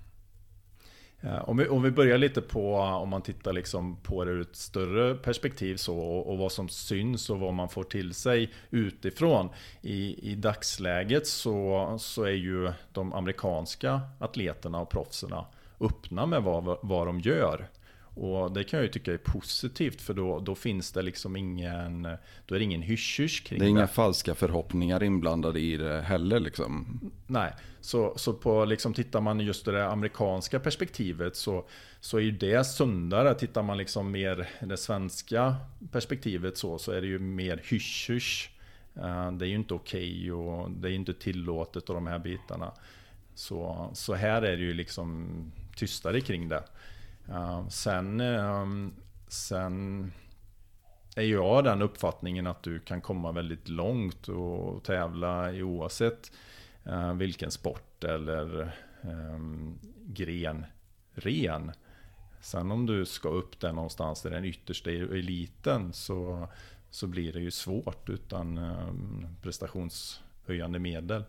Ja, om, vi, om vi börjar lite på, om man tittar liksom på det ur ett större perspektiv så, och, och vad som syns och vad man får till sig utifrån. I, i dagsläget så, så är ju de amerikanska atleterna och proffserna öppna med vad, vad de gör. Och det kan jag ju tycka är positivt, för då, då finns det liksom ingen, då är det ingen hysch-hysch kring det. Det är inga falska förhoppningar inblandade i det heller liksom. Nej, så, så på liksom, tittar man just det amerikanska perspektivet så, så är ju det sundare. Tittar man liksom mer det svenska perspektivet så, så är det ju mer hysch-hysch. Uh, det är ju inte okej okay och det är inte tillåtet och de här bitarna. Så, så här är det ju liksom tystare kring det. Uh, sen, um, sen är jag den uppfattningen att du kan komma väldigt långt och tävla i oavsett uh, vilken sport eller um, gren ren. Sen om du ska upp där någonstans i den yttersta eliten så, så blir det ju svårt utan um, prestationshöjande medel.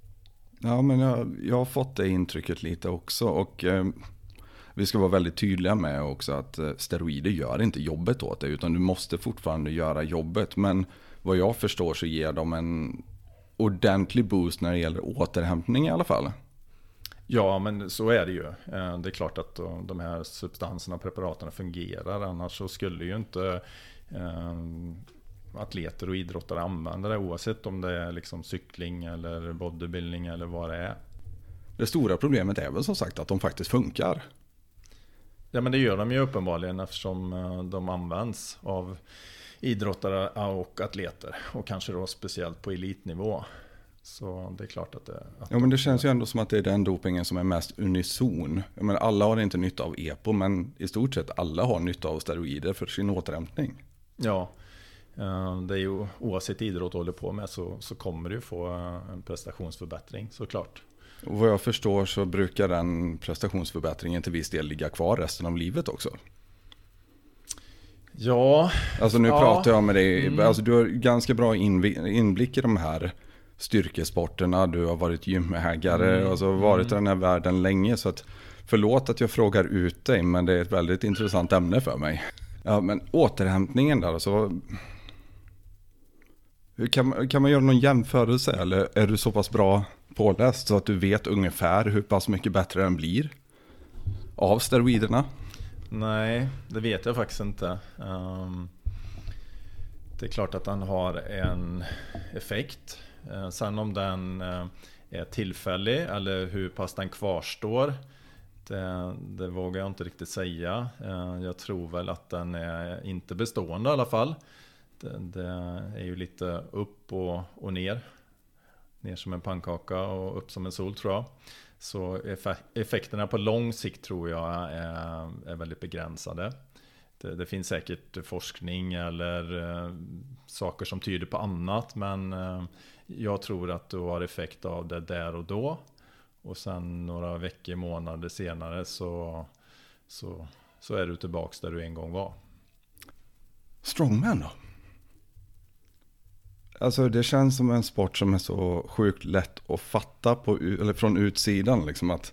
Ja, men jag, jag har fått det intrycket lite också och eh, vi ska vara väldigt tydliga med också att steroider gör inte jobbet åt dig, utan du måste fortfarande göra jobbet. Men vad jag förstår så ger de en ordentlig boost när det gäller återhämtning i alla fall. Ja, men så är det ju. Det är klart att de här substanserna och preparaten fungerar, annars så skulle ju inte eh, atleter och idrottare använda det, oavsett om det är liksom cykling eller bodybuilding eller vad det är. Det stora problemet är väl som sagt att de faktiskt funkar. Ja, men det gör de ju uppenbarligen eftersom de används av idrottare och atleter och kanske då speciellt på elitnivå. Så det är klart att det... Att ja, men det känns ju ändå som att det är den dopingen som är mest unison. Jag menar, alla har inte nytta av E P O, men i stort sett alla har nytta av steroider för sin återhämtning. Ja, det är ju oavsett idrott håller på med så, så kommer du få en prestationsförbättring såklart. Och vad jag förstår så brukar den prestationsförbättringen till viss del ligga kvar resten av livet också. Ja. Alltså nu ja. pratar jag med dig. Mm. Alltså du har ganska bra inblick i de här styrkesporterna. Du har varit gymägare och alltså varit mm. i den här världen länge. Så att, förlåt att jag frågar ut dig, men det är ett väldigt intressant ämne för mig. Ja, men återhämtningen där. Alltså, hur kan, kan man göra någon jämförelse? Eller är du så pass bra påläst så att du vet ungefär hur pass mycket bättre den blir av steroiderna? Nej, det vet jag faktiskt inte. Um, det är klart att den har en effekt. Uh, sen om den uh, är tillfällig eller hur pass den kvarstår, det, det vågar jag inte riktigt säga. Uh, jag tror väl att den är inte bestående i alla fall. Det, det är ju lite upp och, och ner. Ner som en pannkaka och upp som en sol, tror jag. Så effekterna på lång sikt tror jag är, är väldigt begränsade. det, det finns säkert forskning eller eh, saker som tyder på annat, men eh, jag tror att du har effekt av det där och då. Och sen några veckor, månader senare så, så, så är du tillbaks där du en gång var. Strongman då? Alltså det känns som en sport som är så sjukt lätt att fatta på, eller från utsidan. Liksom att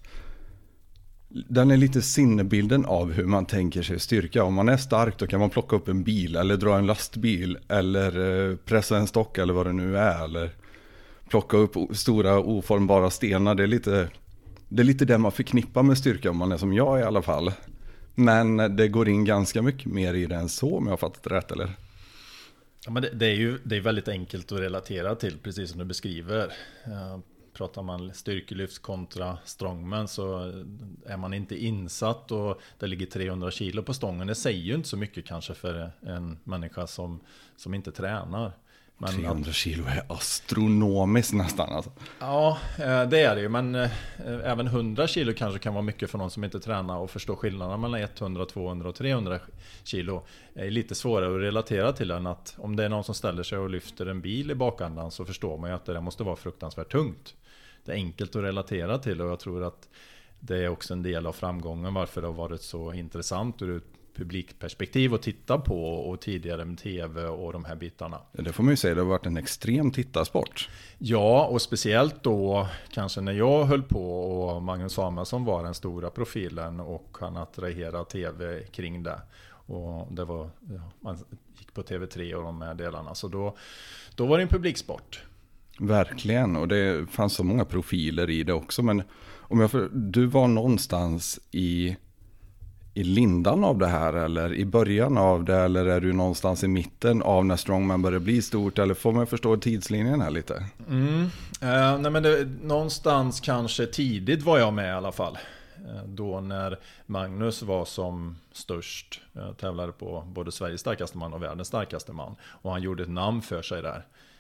den är lite sinnebilden av hur man tänker sig styrka. Om man är stark då kan man plocka upp en bil eller dra en lastbil eller pressa en stock eller vad det nu är. Eller plocka upp stora oformbara stenar. Det är lite det, är lite det man förknippar med styrka om man är som jag i alla fall. Men det går in ganska mycket mer i det än så, om jag har fattat det rätt, eller? Ja, men det, det är ju det är väldigt enkelt att relatera till, precis som du beskriver. Uh, pratar man styrkelyft kontra strongman så är man inte insatt och det ligger trehundra kilo på stången. Det säger ju inte så mycket kanske för en människa som, som inte tränar. Men trehundra kilo är astronomiskt nästan alltså. Ja, det är det ju. Men även hundra kilo kanske kan vara mycket för någon som inte tränar och förstår skillnaderna mellan hundra, tvåhundra och trehundra kilo. Det är lite svårare att relatera till än att om det är någon som ställer sig och lyfter en bil i bakändan så förstår man ju att det måste vara fruktansvärt tungt. Det är enkelt att relatera till och jag tror att det är också en del av framgången varför det har varit så intressant ur ett publikperspektiv att titta på och tidigare med tv och de här bitarna. Det får man ju säga, det har varit en extrem tittarsport. Ja, och speciellt då kanske när jag höll på och Magnus Samuelsson var den stora profilen och han attraherade tv kring det. Och det var, ja, man gick på T V tre och de här delarna. Så då, då var det en publiksport. Verkligen, och det fanns så många profiler i det också. Men om jag för, du var någonstans i... i lindan av det här eller i början av det eller är du någonstans i mitten av när strongman börjar bli stort eller får man förstå tidslinjen här lite? Mm. Eh, nej men det, någonstans kanske tidigt var jag med i alla fall. Eh, då när Magnus var som störst, eh, tävlade på både Sveriges starkaste man och världens starkaste man och han gjorde ett namn för sig där.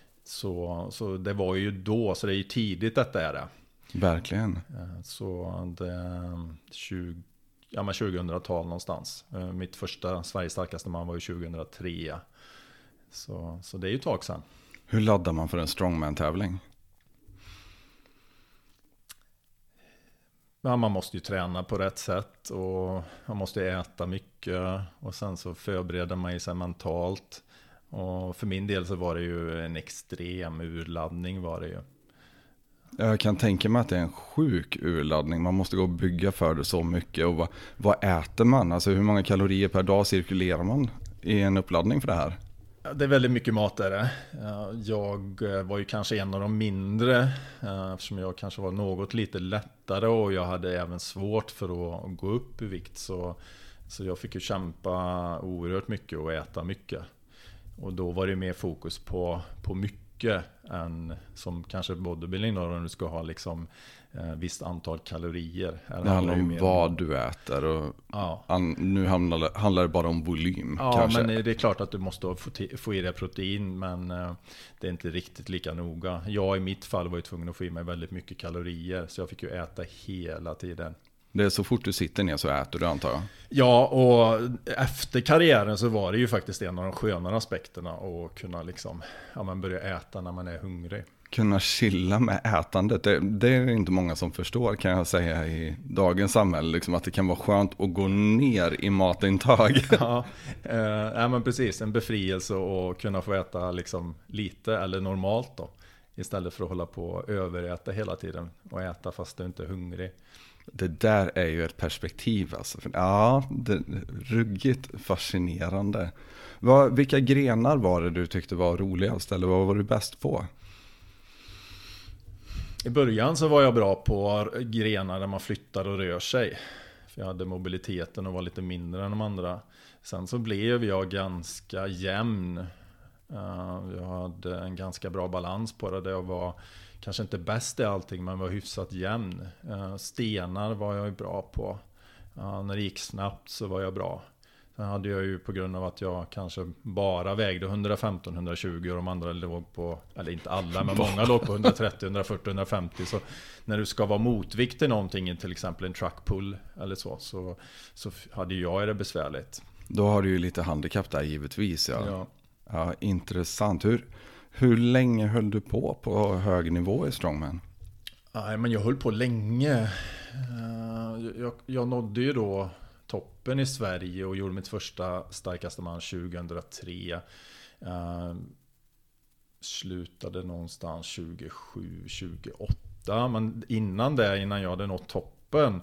Så, så det var ju då, så det är ju tidigt detta är det. Verkligen. Eh, så det tjugo Ja, men tjugohundratal någonstans. Mitt första Sveriges starkaste man var ju tjugohundratre. Så, så det är ju ett tag sedan. Hur laddar man för en strongman-tävling? Ja, man måste ju träna på rätt sätt och man måste äta mycket och sen så förbereder man sig mentalt. Och för min del så var det ju en extrem urladdning var det ju. Jag kan tänka mig att det är en sjuk urladdning. Man måste gå och bygga för det så mycket. Och vad, vad äter man? Alltså hur många kalorier per dag cirkulerar man i en uppladdning för det här? Det är väldigt mycket mat är det. Jag var ju kanske en av de mindre eftersom jag kanske var något lite lättare och jag hade även svårt för att gå upp i vikt. Så, så jag fick ju kämpa oerhört mycket och äta mycket. Och då var det mer fokus på, på mycket än som kanske bodybuilding då, om du ska ha liksom eh, visst antal kalorier. Här det handlar om mer vad om... du äter och ja. an, nu handlar det, handlar det bara om volym. Ja, kanske. Men det är klart att du måste få, få i dig protein, men eh, det är inte riktigt lika noga. Jag i mitt fall var ju tvungen att få i mig väldigt mycket kalorier, så jag fick ju äta hela tiden. Det är så fort du sitter ner så äter du, antar jag. Ja, och efter karriären så var det ju faktiskt en av de skönare aspekterna att kunna liksom, ja, man börja äta när man är hungrig. Kunna chilla med ätandet, det, det är inte många som förstår, kan jag säga, i dagens samhälle. Liksom att det kan vara skönt att gå ner i matintag. Ja, eh, men precis. En befrielse och kunna få äta liksom lite eller normalt då. Istället för att hålla på och överäta hela tiden och äta fast du inte är hungrig. Det där är ju ett perspektiv alltså. Ja, det är ruggigt fascinerande. Vad, vilka grenar var det du tyckte var roligast eller vad var du bäst på? I början så var jag bra på grenar där man flyttar och rör sig. För jag hade mobiliteten och var lite mindre än de andra. Sen så blev jag ganska jämn. Jag hade en ganska bra balans på det. Där jag var kanske inte bäst i allting, men var hyfsat jämn. Stenar var jag bra på. När det gick snabbt så var jag bra. Sen hade jag ju på grund av att jag kanske bara vägde hundrafemton till hundratjugo och de andra låg på, eller inte alla, men många låg på hundratrettio, hundrafyrtio, hundrafemtio. Så när du ska vara motvikt i någonting, till exempel en truck pull eller så, så, så hade jag det besvärligt. Då har du ju lite handikapp där givetvis. Ja, Ja. ja intressant. Hur, hur länge höll du på på hög nivå i strongman? Nej, men jag höll på länge. Eh, Jag, jag nådde ju då toppen i Sverige och gjorde mitt första starkaste man tjugohundratre. Uh, slutade någonstans tjugosju tjugoåtta. Men innan det, innan jag hade nått toppen,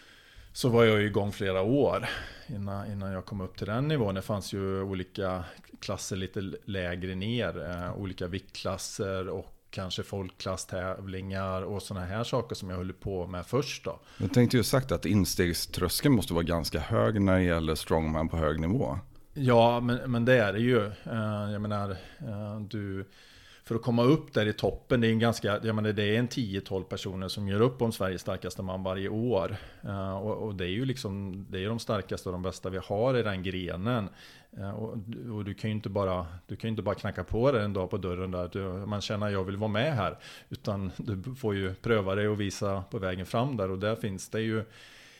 så var jag igång flera år innan, innan jag kom upp till den nivån. Det fanns ju olika klasser lite lägre ner, uh, olika viktklasser och kanske folkklasstävlingar och såna här saker som jag höll på med först då. Jag tänkte ju sagt att instegströskeln måste vara ganska hög när det gäller strongman på hög nivå. Ja, men, men det är det ju. Jag menar, du, för att komma upp där i toppen, det är en ganska, jag menar, det är en tio tolv personer som gör upp om Sveriges starkaste man varje år. Och, och det är ju liksom, det är de starkaste och de bästa vi har i den grenen. Och, och du kan ju inte bara, du kan ju inte bara knacka på det en dag på dörren där du, man känner att jag vill vara med här. Utan du får ju pröva dig och visa på vägen fram där, och där finns det ju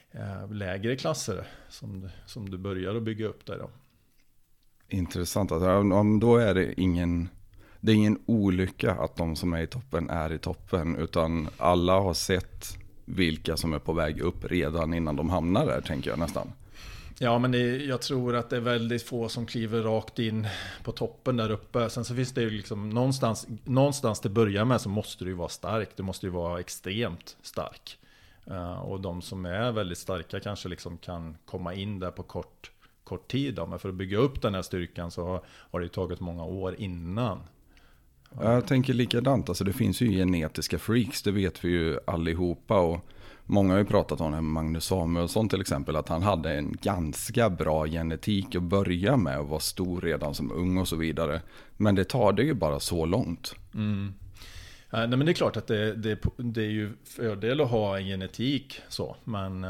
lägre klasser som, som du börjar att bygga upp där då. Intressant. Alltså, om då är det ingen, det är ingen olycka att de som är i toppen är i toppen, utan alla har sett vilka som är på väg upp redan innan de hamnar där, tänker jag nästan. Ja, men det, jag tror att det är väldigt få som kliver rakt in på toppen där uppe. Sen så finns det ju liksom någonstans, någonstans till börja med så måste du ju vara stark. Du måste ju vara extremt stark. Uh, och de som är väldigt starka kanske liksom kan komma in där på kort kort tid då, men för att bygga upp den här styrkan så har det ju tagit många år innan. Jag tänker likadant, alltså det finns ju genetiska freaks, det vet vi ju allihopa, och många har ju pratat om det, Magnus Samuelsson till exempel, att han hade en ganska bra genetik att börja med och var stor redan som ung och så vidare, men det tar det ju bara så långt. Mm. Nej, men det är klart att det, det, det är ju fördel att ha en genetik så, men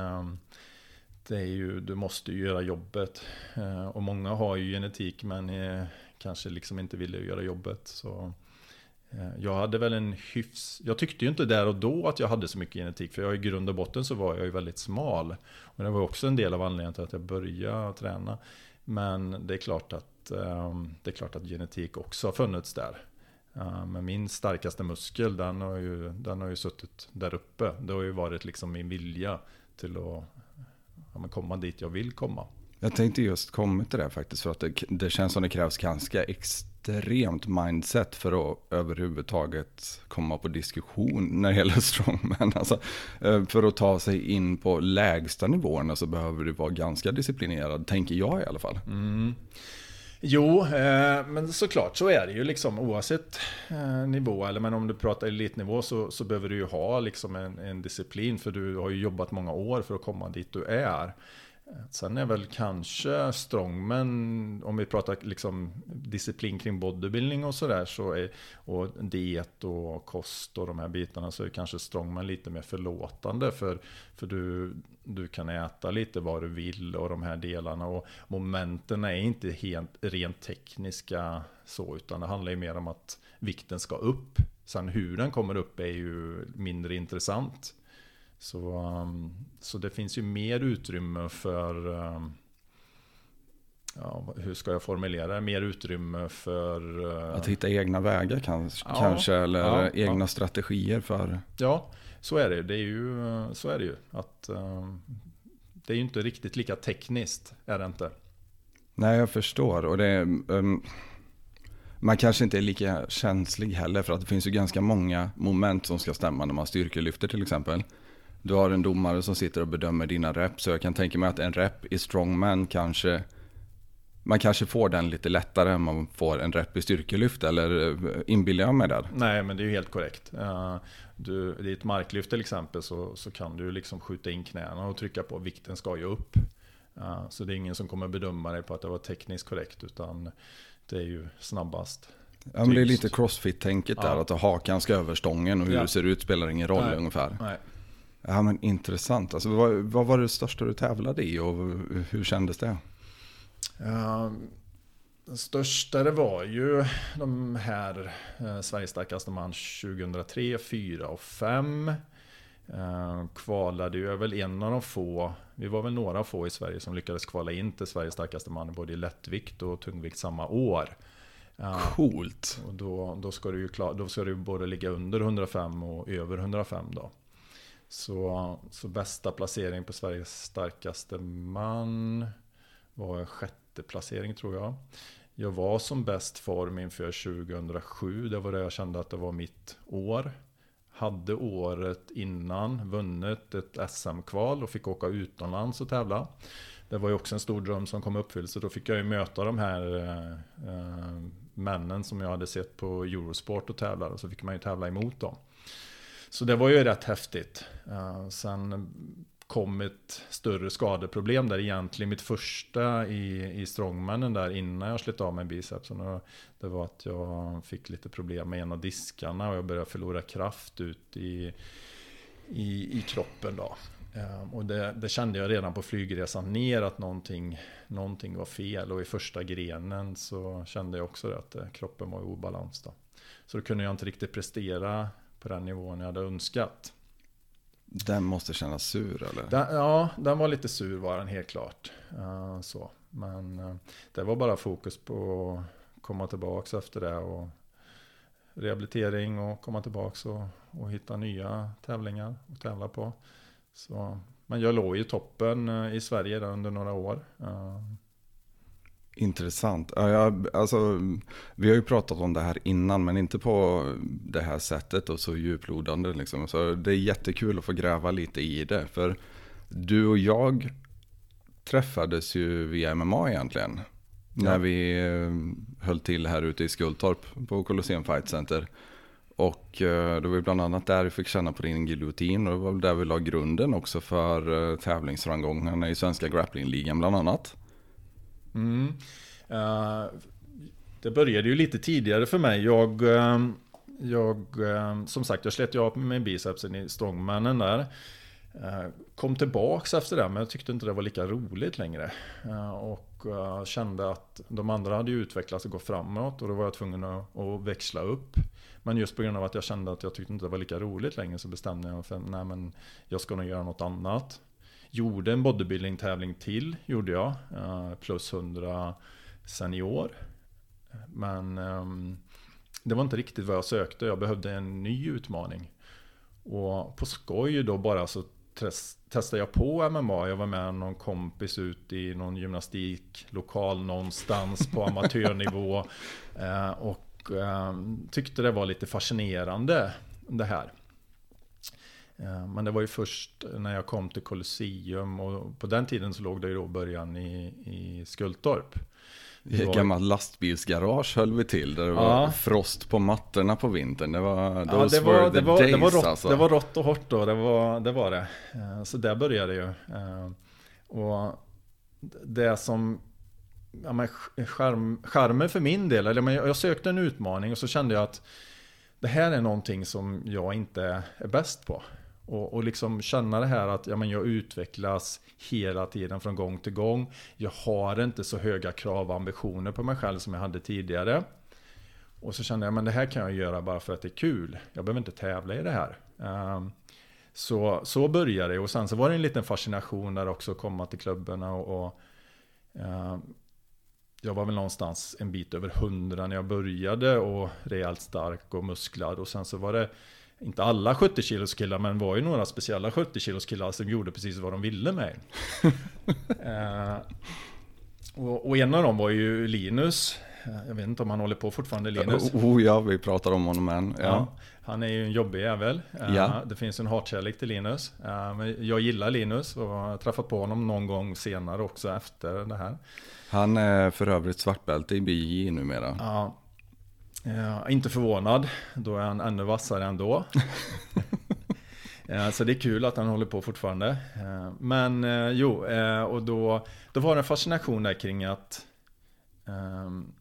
det är ju, du måste ju göra jobbet, och många har ju genetik men kanske liksom inte ville göra jobbet. Så jag hade väl en hyfs, jag tyckte ju inte där och då att jag hade så mycket genetik, för jag i grund och botten så var jag ju väldigt smal, och det var också en del av anledningen till att jag började träna. Men det är klart att det är klart att genetik också har funnits där. Men min starkaste muskel, den har ju, den har ju suttit där uppe. Det har ju varit liksom min vilja till att ja, men komma dit jag vill komma. Jag tänkte just komma till det faktiskt, för att det, det känns som det krävs ganska extremt mindset för att överhuvudtaget komma på diskussion när det gäller strongman. Alltså, för att ta sig in på lägsta nivåerna så behöver du vara ganska disciplinerad, tänker jag i alla fall. Mm. Jo, eh, men såklart så är det ju liksom oavsett eh, nivå, eller men om du pratar elitnivå så, så behöver du ju ha liksom en, en disciplin, för du har ju jobbat många år för att komma dit du är. Sen är väl kanske strongman, om vi pratar liksom disciplin kring bodybuilding och sådär, så är, och diet och kost och de här bitarna, så är kanske strongman lite mer förlåtande, för, för du, du kan äta lite vad du vill och de här delarna, och momenten är inte helt, rent tekniska så, utan det handlar ju mer om att vikten ska upp. Sen hur den kommer upp är ju mindre intressant. Så, um, så det finns ju mer utrymme för, um, ja, hur ska jag formulera det? Mer utrymme för... Uh, att hitta egna vägar kanske, ja, kanske eller ja, egna ja. strategier för... Ja, så är det. Det är ju, så är det ju. Att, um, det är ju inte riktigt lika tekniskt, är det inte. Nej, jag förstår. Och det, um, man kanske inte är lika känslig heller, för att det finns ju ganska många moment som ska stämma när man styrkelyfter till exempel. Du har en domare som sitter och bedömer dina reps, så jag kan tänka mig att en rep i strongman kanske, man kanske får den lite lättare än man får en rep i styrkelyft, eller inbillar jag mig där? Nej, men det är ju helt korrekt. Du, i ett marklyft till exempel så, så kan du liksom skjuta in knäna och trycka på, vikten ska ju upp. Så det är ingen som kommer bedöma dig på att det var tekniskt korrekt, utan det är ju snabbast. Ja, men det är lite crossfit-tänket ja. där, att hakan ska över stången och hur ja. det ser ut spelar ingen roll. Nej. Ungefär. Nej. Ja, men intressant. Alltså, vad, vad var det största du tävlade i och hur kändes det? Uh, den största det var ju de här uh, Sveriges starkaste man tjugohundratre, fyra och fem. Uh, kvalade ju väl en av de få Vi var väl några få i Sverige som lyckades kvala in till Sveriges starkaste man både i lättvikt och tungvikt samma år. Coolt. Och då, då, ska du ju klar, då ska du både ligga under hundrafem och över hundrafem då. Så, så bästa placering på Sveriges starkaste man var sjätte placering tror jag. Jag var som bäst form inför tjugohundrasju. Det var det jag kände att det var mitt år. Hade året innan vunnit ett S M-kval och fick åka utomlands och tävla. Det var ju också en stor dröm som kom uppfylld. Så då fick jag ju möta de här eh, männen som jag hade sett på Eurosport och tävla. Och så fick man ju tävla emot dem. Så det var ju rätt häftigt. Uh, sen kom ett större skadeproblem där egentligen mitt första i, i strongmanen där innan jag slet av mig bicepsen. Och det var att jag fick lite problem med en av diskarna och jag började förlora kraft ut i, i, i kroppen då. Uh, och det, det kände jag redan på flygresan ner att någonting, någonting var fel. Och i första grenen så kände jag också det, att uh, kroppen var i obalans då. Så då kunde jag inte riktigt prestera på den nivån jag hade önskat. Den måste kännas sur eller? Den, ja, den var lite sur var den helt klart. Uh, så. Men uh, det var bara fokus på att komma tillbaka efter det. Och rehabilitering och komma tillbaka och, och hitta nya tävlingar att tävla på. Så, men jag låg i toppen uh, i Sverige där under några år. Uh, Intressant. Ja, jag, alltså, vi har ju pratat om det här innan men inte på det här sättet och så djuplodande. Liksom. Så det är jättekul att få gräva lite i det. För du och jag träffades ju via M M A egentligen. Ja. När vi höll till här ute i Skultorp på Colosseum Fight Center. Och det var ju bland annat där vi fick känna på din giljotin. Och det var där vi la grunden också för tävlingsframgångarna i svenska grapplingligan bland annat. Mm. Uh, det började ju lite tidigare för mig. Jag, uh, jag uh, som sagt, jag slet ju av med bicepsen i strongmanen där. Uh, kom tillbaks efter det, men jag tyckte inte det var lika roligt längre. Uh, och uh, kände att de andra hade ju utvecklats och gått framåt. Och då var jag tvungen att, att växla upp. Men just på grund av att jag kände att jag tyckte inte det var lika roligt längre så bestämde jag för nej, men jag ska nog göra något annat. Gjorde en bodybuilding-tävling till, gjorde jag. Uh, plus hundra senior. Men um, det var inte riktigt vad jag sökte. Jag behövde en ny utmaning. Och på skoj då bara så testade jag på M M A. Jag var med någon kompis ut i någon gymnastiklokal någonstans på amatörnivå. Uh, och um, tyckte det var lite fascinerande det här. Men det var ju först när jag kom till Colosseum och på den tiden så låg det ju då början i, i Skultorp. I ett gammalt lastbilsgarage höll vi till där det ja. var frost på mattorna på vintern. Det var, ja, det var, det var, det var, rått, alltså. det var rått och hårt då, det var det. Var det. Så där började det ju. Och det som ja, men skärm, skärmen för min del, eller jag sökte en utmaning och så kände jag att det här är någonting som jag inte är bäst på. Och, och liksom känna det här att ja, men jag utvecklas hela tiden från gång till gång. Jag har inte så höga krav och ambitioner på mig själv som jag hade tidigare. Och så kände jag att det här kan jag göra bara för att det är kul. Jag behöver inte tävla i det här. Um, så, så började det. Och sen så var det en liten fascination där också att komma till klubbarna. Och, och, um, jag var väl någonstans en bit över hundra när jag började. Och rejält stark och musklad. Och sen så var det inte alla sjuttio kilos killar, men var ju några speciella sjuttio kilos killar som gjorde precis vad de ville med. uh, och, och en av dem var ju Linus. Jag vet inte om han håller på fortfarande, Linus. Oh ja, vi pratar om honom än. Ja. Ja, han är ju en jobbig jävel. Uh, ja. Det finns en hatkärlek till Linus. Uh, men jag gillar Linus och har träffat på honom någon gång senare också efter det här. Han är för övrigt svartbälte i B J J numera. Ja. Uh, inte förvånad, då är han ännu vassare än då. uh, så det är kul att han håller på fortfarande. Uh, men uh, jo, uh, och då, då var det en fascination där kring att um,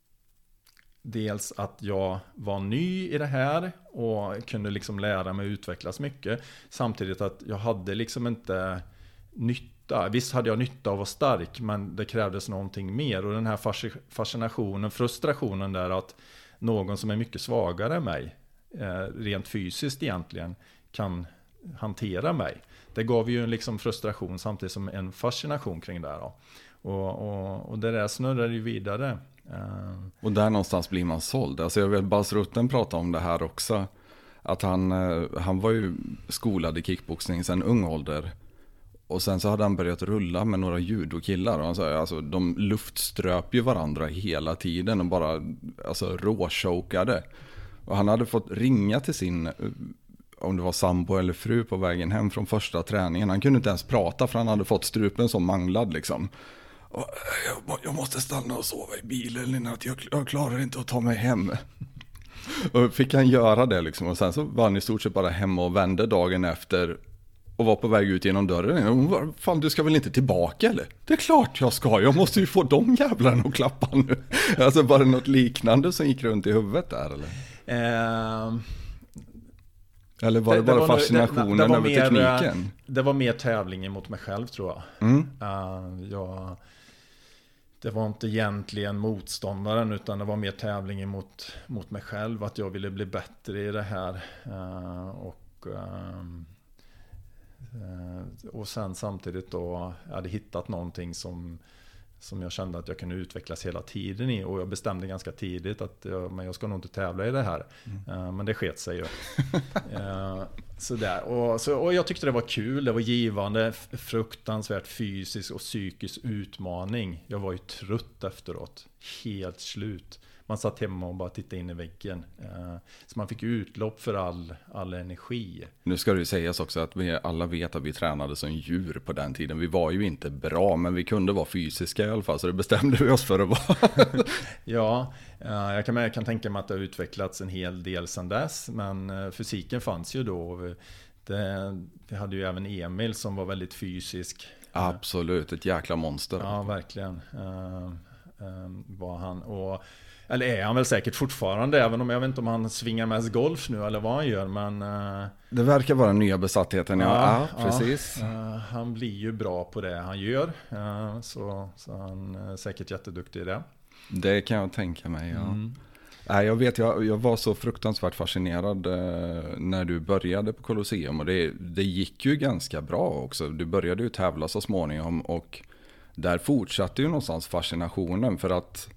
dels att jag var ny i det här och kunde liksom lära mig utvecklas mycket. Samtidigt att jag hade liksom inte nytta. Visst hade jag nytta av att vara stark, men det krävdes någonting mer. Och den här fascinationen, frustrationen där att någon som är mycket svagare än mig, eh, rent fysiskt egentligen, kan hantera mig. Det gav ju en liksom frustration samtidigt som en fascination kring det här då. Och, och, och det där snurrar ju vidare. Uh. Och där någonstans blir man såld. Alltså jag vet, Bas Rutten pratade om det här också. Att han, han var ju skolad i kickboxning sedan ung ålder. Och sen så hade han börjat rulla med några judokillar. Och han sa, alltså, de luftströp ju varandra hela tiden och bara alltså, råchokade. Och han hade fått ringa till sin, om det var sambo eller fru på vägen hem från första träningen. Han kunde inte ens prata för han hade fått strupen som manglad liksom. Och, jag, jag måste stanna och sova i bilen, att jag, jag klarar inte att ta mig hem. Och fick han göra det liksom. Och sen så var han i stort sett bara hemma och vände dagen efter och var på väg ut genom dörren. Och hon var, fan du ska väl inte tillbaka eller? Det är klart jag ska, jag måste ju få de jävlarna att klappa nu. Alltså var det något liknande som gick runt i huvudet där eller? Uh... Eller var det, det bara det var, fascinationen det, det, det över mer, tekniken? Det var mer tävling mot mig själv tror jag. Mm. Uh, jag det var inte egentligen motståndaren utan det var mer tävling mot, mot mig själv. Att jag ville bli bättre i det här. Uh, och, uh, uh, och sen samtidigt då jag hade hittat någonting som, som jag kände att jag kunde utvecklas hela tiden i. Och jag bestämde ganska tidigt att jag, men jag ska nog inte tävla i det här. Mm. Uh, men det sket sig ju. uh, sådär. Och, så, och jag tyckte det var kul, det var givande, fruktansvärt fysisk och psykisk utmaning. Jag var ju trött efteråt, helt slut. Man satt hemma och bara tittade in i väggen. Uh, så man fick utlopp för all, all energi. Nu ska det ju sägas också att vi alla vet att vi tränade som djur på den tiden. Vi var ju inte bra, men vi kunde vara fysiska i alla fall. Så det bestämde vi oss för att vara. Ja, uh, jag, kan, jag kan tänka mig att det har utvecklats en hel del sedan dess. Men uh, fysiken fanns ju då. Det, det hade ju även Emil som var väldigt fysisk. Absolut, ett jäkla monster. Ja, verkligen. Uh, uh, var han. Och eller är han väl säkert fortfarande, även om jag vet inte om han svingar mest golf nu eller vad han gör, men uh, det verkar vara den nya besattheten, ja, ja, ja precis. Ja, uh, han blir ju bra på det han gör, uh, så, så han är säkert jätteduktig i det. Det kan jag tänka mig, ja. Mm. Nej, jag vet, jag, jag var så fruktansvärt fascinerad uh, när du började på Colosseum och det, det gick ju ganska bra också. Du började ju tävla så småningom och där fortsatte ju någonstans fascinationen för att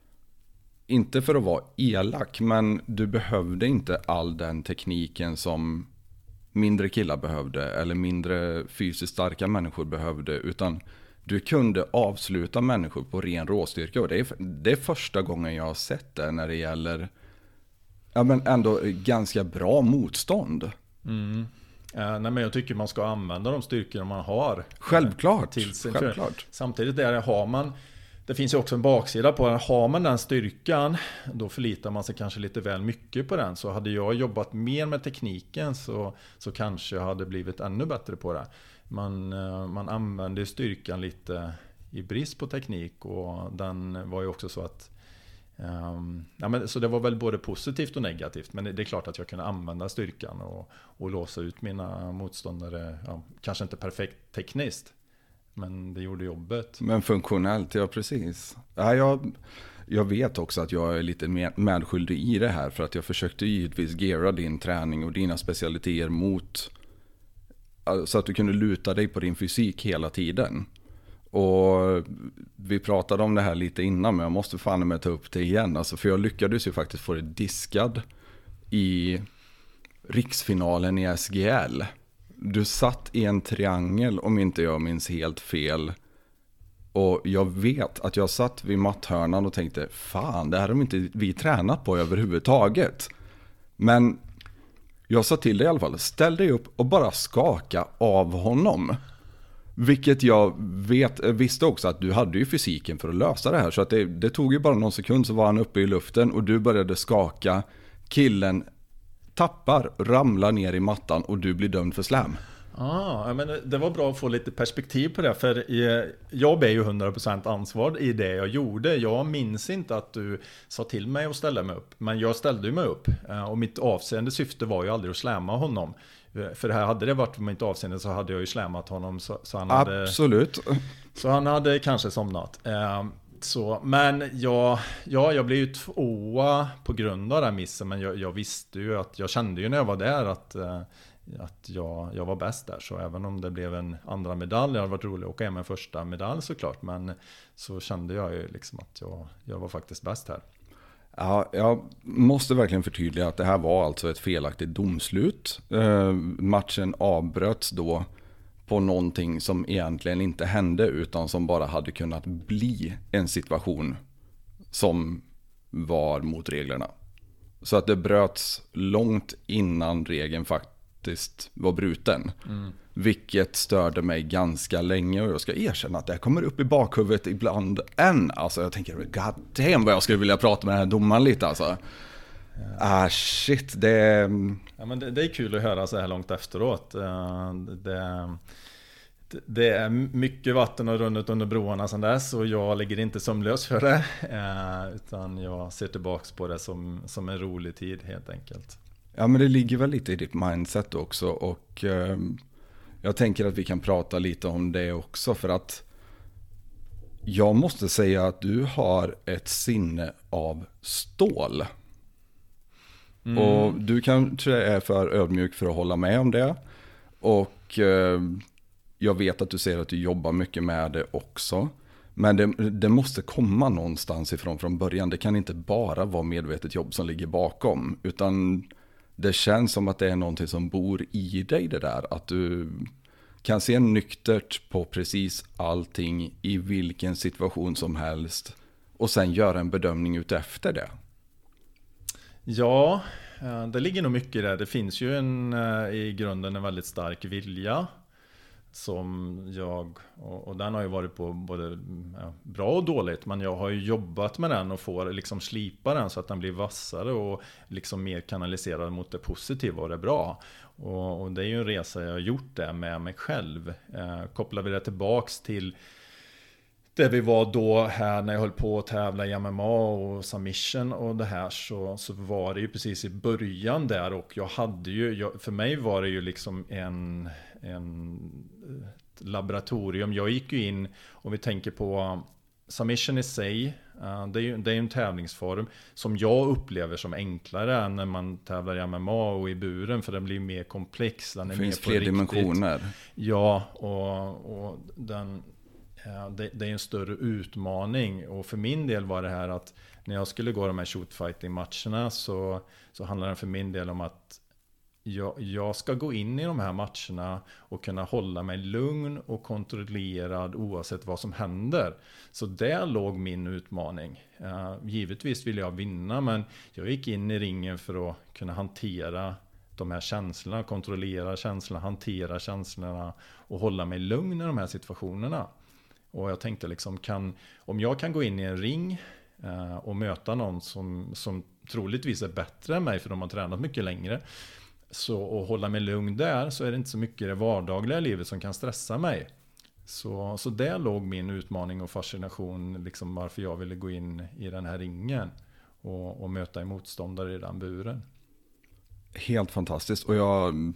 inte för att vara elak, men du behövde inte all den tekniken som mindre killar behövde eller mindre fysiskt starka människor behövde, utan du kunde avsluta människor på ren råstyrka och det är, det är första gången jag har sett det när det gäller ja, men ändå ganska bra motstånd. Mm. Uh, nej, men jag tycker man ska använda de styrkor man har. Självklart. Till sig. Självklart. Samtidigt där har man Det finns ju också en baksida på det. Har man den styrkan, då förlitar man sig kanske lite väl mycket på den. Så hade jag jobbat mer med tekniken så, så kanske jag hade blivit ännu bättre på det. Man, man använde styrkan lite i brist på teknik. Och den var ju också så att um, ja, men, så det var väl både positivt och negativt. Men det är klart att jag kunde använda styrkan och, och låsa ut mina motståndare. Ja, kanske inte perfekt tekniskt, men det gjorde jobbet. Men funktionellt, ja precis. Ja, jag, jag vet också att jag är lite medskyldig i det här. För att jag försökte givetvis geara din träning och dina specialiteter mot så att du kunde luta dig på din fysik hela tiden. Och vi pratade om det här lite innan, men jag måste fan med ta upp det igen. Alltså, för jag lyckades ju faktiskt få det diskad i riksfinalen i S G L. Du satt i en triangel om inte jag minns helt fel. Och jag vet att jag satt vid matthörnan och tänkte, fan, det här har inte vi tränat på överhuvudtaget. Men jag sa till dig i alla fall, ställ dig upp och bara skaka av honom. Vilket jag vet, visste också att du hade ju fysiken för att lösa det här. Så att det, det tog ju bara någon sekund så var han uppe i luften och du började skaka. Killen tappar, ramlar ner i mattan och du blir dömd för slam. Ah, men det var bra att få lite perspektiv på det. För jag är ju hundra procent ansvarig i det jag gjorde. Jag minns inte att du sa till mig att ställa mig upp. Men jag ställde mig upp. Och mitt avseende syfte var ju aldrig att slämma honom. För det här hade det varit mitt avseende så hade jag ju slämmat honom. Så, så han hade, absolut. Så han hade kanske somnat. Så, men ja, ja, jag blev ju tvåa på grund av den missen. Men jag, jag visste ju att, jag kände ju när jag var där att att jag, jag var bäst där. Så även om det blev en andra medalj, det hade varit roligt att åka hem en första medalj såklart, men så kände jag ju liksom att jag, jag var faktiskt bäst här. Ja, jag måste verkligen förtydliga att det här var alltså ett felaktigt domslut. Eh, matchen avbröts då på någonting som egentligen inte hände, utan som bara hade kunnat bli en situation som var mot reglerna. Så att det bröts långt innan regeln faktiskt var bruten. Mm. Vilket störde mig ganska länge, och jag ska erkänna att det kommer upp i bakhuvudet ibland än. Alltså jag tänker, god damn vad jag skulle vilja prata med den här domaren lite alltså. Ja. Ah shit, det... Ja, men det, det är kul att höra så här långt efteråt. Det, det, det är mycket vatten har runnit under broarna sedan dess, och jag ligger inte sömnlös för det. Utan jag ser tillbaks på det som, som en rolig tid helt enkelt. Ja, men det ligger väl lite i ditt mindset också, och... Eh... jag tänker att vi kan prata lite om det också, för att jag måste säga att du har ett sinne av stål. Mm. Och du kanske är för ödmjuk för att hålla med om det. Och eh, jag vet att du säger att du jobbar mycket med det också. Men det, det måste komma någonstans ifrån från början. Det kan inte bara vara medvetet jobb som ligger bakom, utan... det känns som att det är någonting som bor i dig, det där. Att du kan se nyktert på precis allting i vilken situation som helst. Och sen göra en bedömning ut efter det. Ja, det ligger nog mycket där. Det finns ju en, i grunden en väldigt stark vilja. Som jag, och, och den har ju varit på både ja, bra och dåligt, men jag har ju jobbat med den och får liksom slipa den så att den blir vassare och liksom mer kanaliserad mot det positiva och det bra. Och, och det är ju en resa jag har gjort det med mig själv. Eh, kopplar vi det tillbaks till det vi var då här när jag höll på att tävla i M M A och submission och det här, så, så var det ju precis i början där, och jag hade ju, jag, för mig var det ju liksom en, en ett laboratorium. Jag gick ju in, om vi tänker på submission i sig, uh, det är ju det är en tävlingsform som jag upplever som enklare än när man tävlar i M M A och i buren, för den blir mer komplex. Den är det finns mer fler på dimensioner. Ja, och, och den... Ja, det, det är en större utmaning, och för min del var det här att när jag skulle gå de här shootfighting-matcherna så, så handlar det för min del om att jag, jag ska gå in i de här matcherna och kunna hålla mig lugn och kontrollerad oavsett vad som händer. Så där låg min utmaning. Uh, givetvis vill jag vinna, men jag gick in i ringen för att kunna hantera de här känslorna, kontrollera känslorna, hantera känslorna och hålla mig lugn i de här situationerna. Och jag tänkte liksom, kan, om jag kan gå in i en ring eh, och möta någon som, som troligtvis är bättre än mig, för de har tränat mycket längre, så, och hålla mig lugn där, så är det inte så mycket i det vardagliga livet som kan stressa mig. Så, så där låg min utmaning och fascination, liksom varför jag ville gå in i den här ringen och, och möta en motståndare i den buren. Helt fantastiskt, och jag,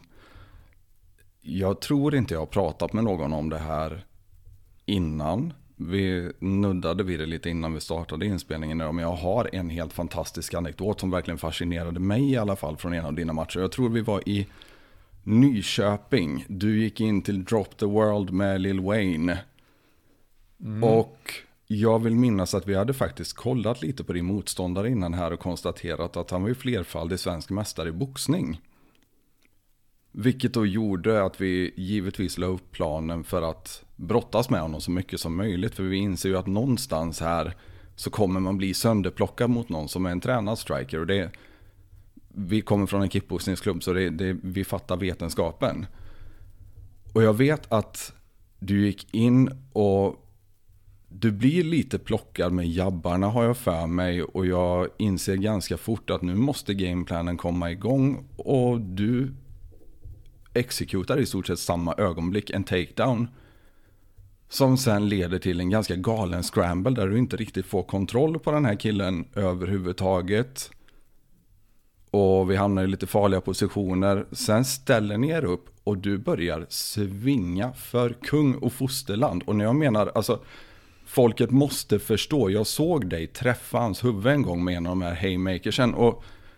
jag tror inte jag har pratat med någon om det här innan. Vi nuddade vid det lite innan vi startade inspelningen, men jag har en helt fantastisk anekdot som verkligen fascinerade mig i alla fall från en av dina matcher. Jag tror vi var i Nyköping. Du gick in till Drop the World med Lil Wayne. Mm. Och jag vill minnas att vi hade faktiskt kollat lite på din motståndare innan här och konstaterat att han var ju flerfaldig svensk mästare i boxning. Vilket då gjorde att vi givetvis la upp planen för att brottas med honom så mycket som möjligt. För vi inser ju att någonstans här så kommer man bli sönderplockad mot någon som är en tränad striker. Och det, vi kommer från en kickboxningsklubb, så det, det, vi fattar vetenskapen. Och jag vet att du gick in och du blir lite plockad med jabbarna, har jag för mig. Och jag inser ganska fort att nu måste gameplanen komma igång. Och du exekutar i stort sett samma ögonblick en takedown som sen leder till en ganska galen scramble där du inte riktigt får kontroll på den här killen överhuvudtaget. Och vi hamnar i lite farliga positioner. Sen ställer ner upp och du börjar svinga för kung och fosterland. Och när jag menar, alltså, folket måste förstå. Jag såg dig träffa hans huvud en gång med en av de här haymakersen, och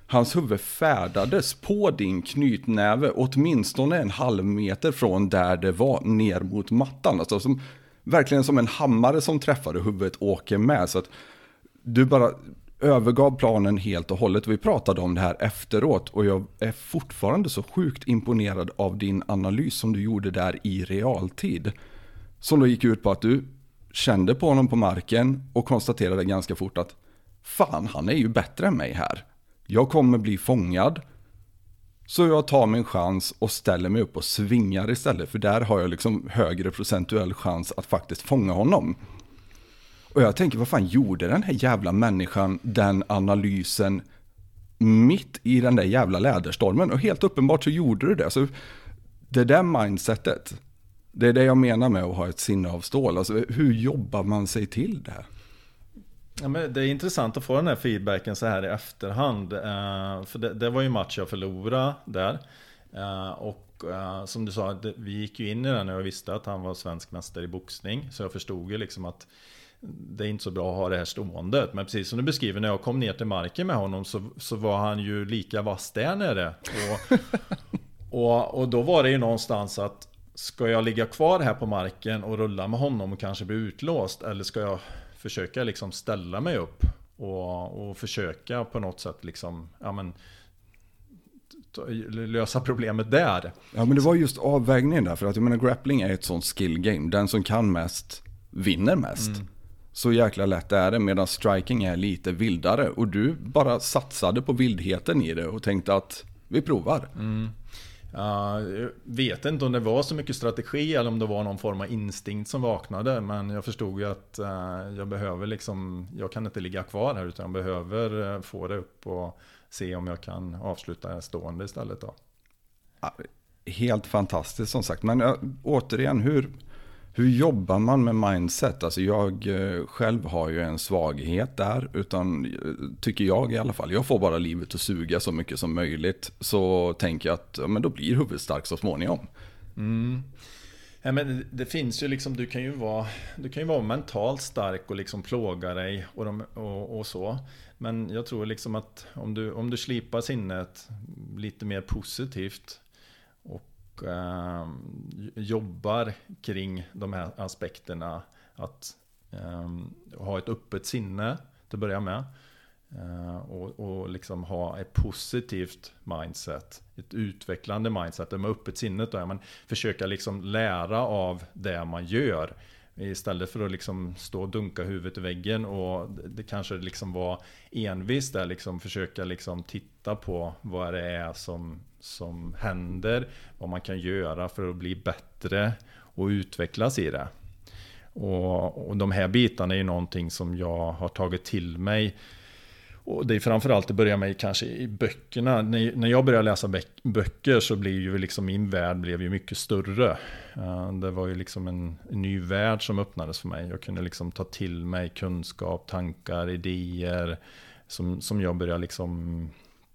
Hans huvud färdades på din knytnäve åtminstone en halv meter från där det var ner mot mattan. Alltså som, verkligen som en hammare som träffade huvudet åker med. Så att du bara övergav planen helt och hållet. Vi pratade om det här efteråt och jag är fortfarande så sjukt imponerad av din analys som du gjorde där i realtid. Som då gick ut på att du kände på honom på marken och konstaterade ganska fort att fan, han är ju bättre än mig här. Jag kommer bli fångad. Så jag tar min chans och ställer mig upp och svingar istället. För där har jag liksom högre procentuell chans att faktiskt fånga honom. Och jag tänker, vad fan gjorde den här jävla människan den analysen mitt i den där jävla läderstormen? Och helt uppenbart så gjorde du det. Så det där mindsetet, det är det jag menar med att ha ett sinne av stål. Alltså, hur jobbar man sig till det här? Ja, men det är intressant att få den här feedbacken så här i efterhand. Uh, för det, det var ju match jag förlorade där. Uh, och uh, som du sa, det, vi gick ju in i den och jag visste att han var svensk mästare i boxning. Så jag förstod ju liksom att det är inte så bra att ha det här ståendet. Men precis som du beskriver, när jag kom ner till marken med honom så, så var han ju lika vass där nere. Och, och, och då var det ju någonstans att ska jag ligga kvar här på marken och rulla med honom och kanske bli utlåst? Eller ska jag försöka liksom ställa mig upp och, och försöka på något sätt liksom, ja men, lösa problemet där? Ja, men det var just avvägningen där. För att jag menar, grappling är ett sånt skill game. Den som kan mest vinner mest. Mm. Så jäkla lätt är det, medan striking är lite vildare. Och du bara satsade på vildheten i det och tänkte att vi provar. Mm. Uh, jag vet inte om det var så mycket strategi eller om det var någon form av instinkt som vaknade. Men jag förstod ju att uh, jag behöver liksom, jag kan inte ligga kvar här utan jag behöver uh, få det upp och se om jag kan avsluta stående istället då. Helt fantastiskt som sagt. Men uh, återigen, hur... Hur jobbar man med mindset? Alltså jag eh, själv har ju en svaghet där, utan tycker jag i alla fall. Jag får bara livet att suga så mycket som möjligt. Så tänker jag att ja, men då blir huvudet starkt så småningom. Mm. Ja, men det, det finns ju liksom, du kan ju vara, du kan ju vara mentalt stark och liksom plåga dig och, de, och, och så. Men jag tror liksom att om du, om du slipar sinnet lite mer positivt och Uh, jobbar kring de här aspekterna, att um, ha ett öppet sinne till att börja med uh, och, och liksom ha ett positivt mindset, ett utvecklande mindset. Med öppet sinne då är man försöka liksom lära av det man gör istället för att liksom stå och dunka huvudet i väggen. Och det kanske liksom var envist där, liksom försöka liksom titta på vad det är som som händer, vad man kan göra för att bli bättre och utvecklas i det. Och, och de här bitarna är ju någonting som jag har tagit till mig. Och det är framförallt, det börjar med kanske i böckerna. När, när jag började läsa böck, böcker så blev ju liksom min värld blev ju mycket större. Uh, det var ju liksom en, en ny värld som öppnades för mig. Jag kunde liksom ta till mig kunskap, tankar, idéer som, som jag började liksom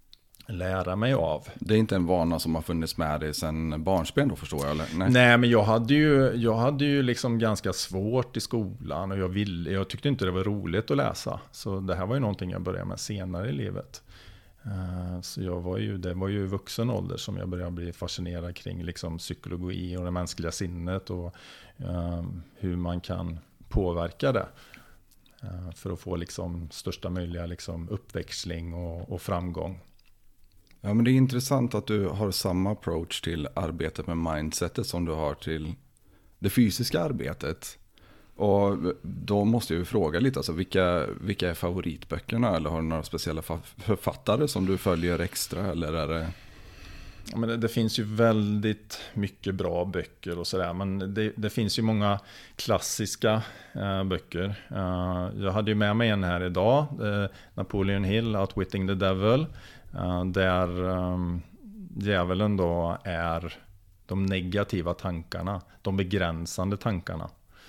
lära mig av. Det är inte en vana som har funnits med dig sedan barnsben då, förstår jag, eller? Nej, Nej men jag hade ju, jag hade ju liksom ganska svårt i skolan och jag, ville, jag tyckte inte det var roligt att läsa. Så det här var ju någonting jag började med senare i livet. Uh, så jag var ju, det var ju i vuxen ålder som jag började bli fascinerad kring liksom psykologi och det mänskliga sinnet och uh, hur man kan påverka det. Uh, för att få liksom största möjliga liksom uppväxling och, och framgång. Ja, men det är intressant att du har samma approach till arbetet med mindsetet som du har till det fysiska arbetet. Och då måste jag ju fråga lite, alltså vilka, vilka är favoritböckerna? Eller har du några speciella författare som du följer extra? Eller är det... Ja, men det, det finns ju väldigt mycket bra böcker och sådär. Men det, det finns ju många klassiska eh, böcker. Uh, jag hade ju med mig en här idag. Eh, Napoleon Hill, Outwitting the Devil. Uh, där um, djävulen då är de negativa tankarna, de begränsande tankarna.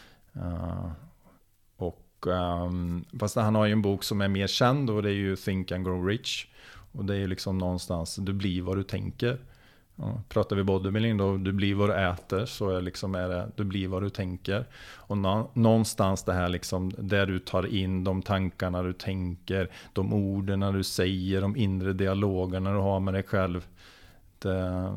Uh, och um, fast han har ju en bok som är mer känd och det är ju Think and Grow Rich. Och det är ju liksom någonstans, du blir vad du tänker. Ja, pratar vi bodybuilding då, du blir vad du äter, så är liksom är det, du blir vad du tänker. Och nå, någonstans det här liksom, där du tar in de tankarna du tänker, de orden du säger, de inre dialogerna du har med dig själv. Det,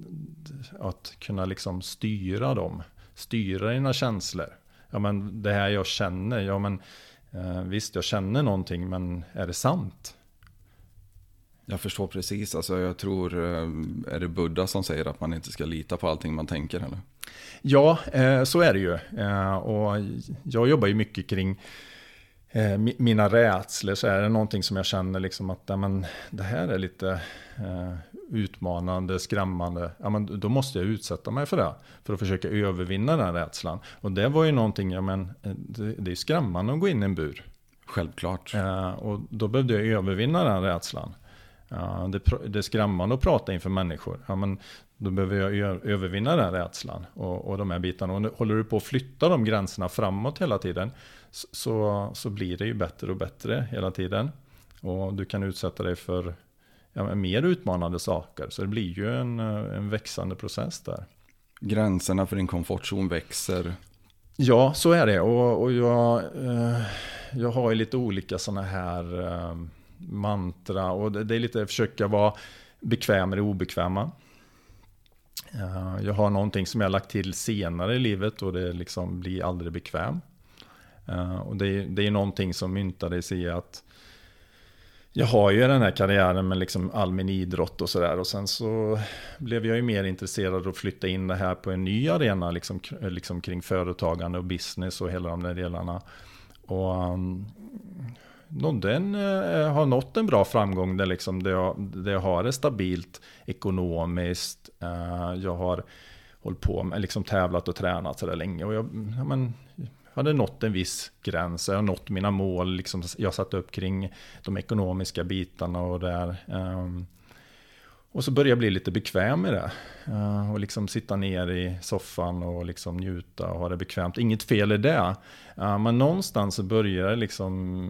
att kunna liksom styra dem, styra dina känslor. Ja, men det här jag känner, ja men eh, visst jag känner någonting, men är det sant? Jag förstår precis. Alltså jag tror, är det Buddha som säger att man inte ska lita på allting man tänker, eller? Ja, eh, så är det ju. Eh, och jag jobbar ju mycket kring eh, mina rädslor. Så är det någonting som jag känner liksom att ja, men, det här är lite eh, utmanande, skrämmande. Ja, men, då måste jag utsätta mig för det. För att försöka övervinna den rädslan. Och det var ju någonting, ja, men, det, det är skrämmande att gå in i en bur. Självklart. Eh, och då behövde jag övervinna den rädslan. Ja, det, det är skrämmande att prata inför människor. Ja, men då behöver jag övervinna den rädslan och, och de här bitarna. Och håller du på att flytta de gränserna framåt hela tiden, så, så blir det ju bättre och bättre hela tiden. Och du kan utsätta dig för ja, mer utmanande saker. Så det blir ju en, en växande process där. Gränserna för din komfortzon växer. Ja, så är det. Och, och jag, eh, jag har ju lite olika sådana här... Eh, mantra, och det är lite att försöka vara bekväm med det obekväma. Jag har någonting som jag har lagt till senare i livet, och det liksom blir aldrig bekväm. Och det är, det är någonting som myntades i att jag har ju den här karriären med liksom all min idrott och sådär, och sen så blev jag ju mer intresserad av att flytta in det här på en ny arena liksom, liksom kring företagande och business och hela de där delarna. Och um, den eh, har nått en bra framgång där, liksom, där, jag, där jag har det stabilt ekonomiskt. Eh, jag har hållit på med, liksom, tävlat och tränat så där länge. Och jag, ja, men, jag hade nått en viss gräns. Jag har nått mina mål. Liksom, jag satt upp kring de ekonomiska bitarna och där. Eh, och så började jag bli lite bekväm med det. Eh, och liksom sitta ner i soffan och liksom njuta och ha det bekvämt. Inget fel i det. Eh, men någonstans så börjar det liksom...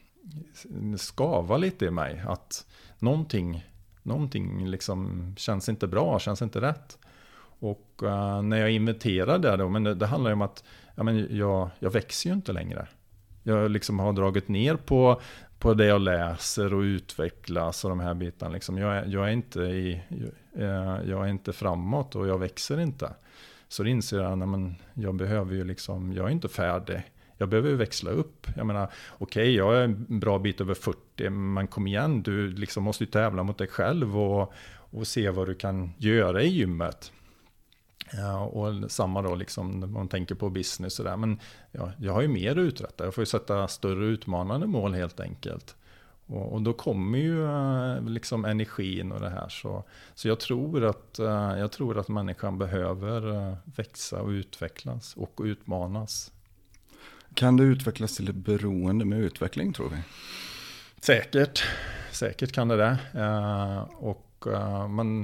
skava lite i mig att någonting, någonting liksom känns inte bra, känns inte rätt. Och uh, när jag inventerar det då, men det, det handlar ju om att ja, men jag, jag växer ju inte längre. Jag liksom har dragit ner på, på det jag läser och utvecklas och de här bitarna. Liksom. Jag, är, jag, är inte i, jag, jag är inte framåt och jag växer inte. Så det inser jag, nej, men jag behöver ju liksom, jag är inte färdig. Jag behöver ju växla upp. Jag menar, okej, okay, jag är en bra bit över fyrtio, men kom igen, du liksom måste ju tävla mot dig själv och, och se vad du kan göra i gymmet. Ja, och samma då, liksom, när man tänker på business och där. Men ja, jag har ju mer uträtta. Jag får ju sätta större utmanande mål helt enkelt. Och, och då kommer ju uh, liksom energin och det här. Så, så jag, tror att, uh, jag tror att människan behöver uh, växa och utvecklas och utmanas. Kan det utvecklas till ett beroende med utveckling, tror vi? Säkert. Säkert kan det det. Uh, och uh, man...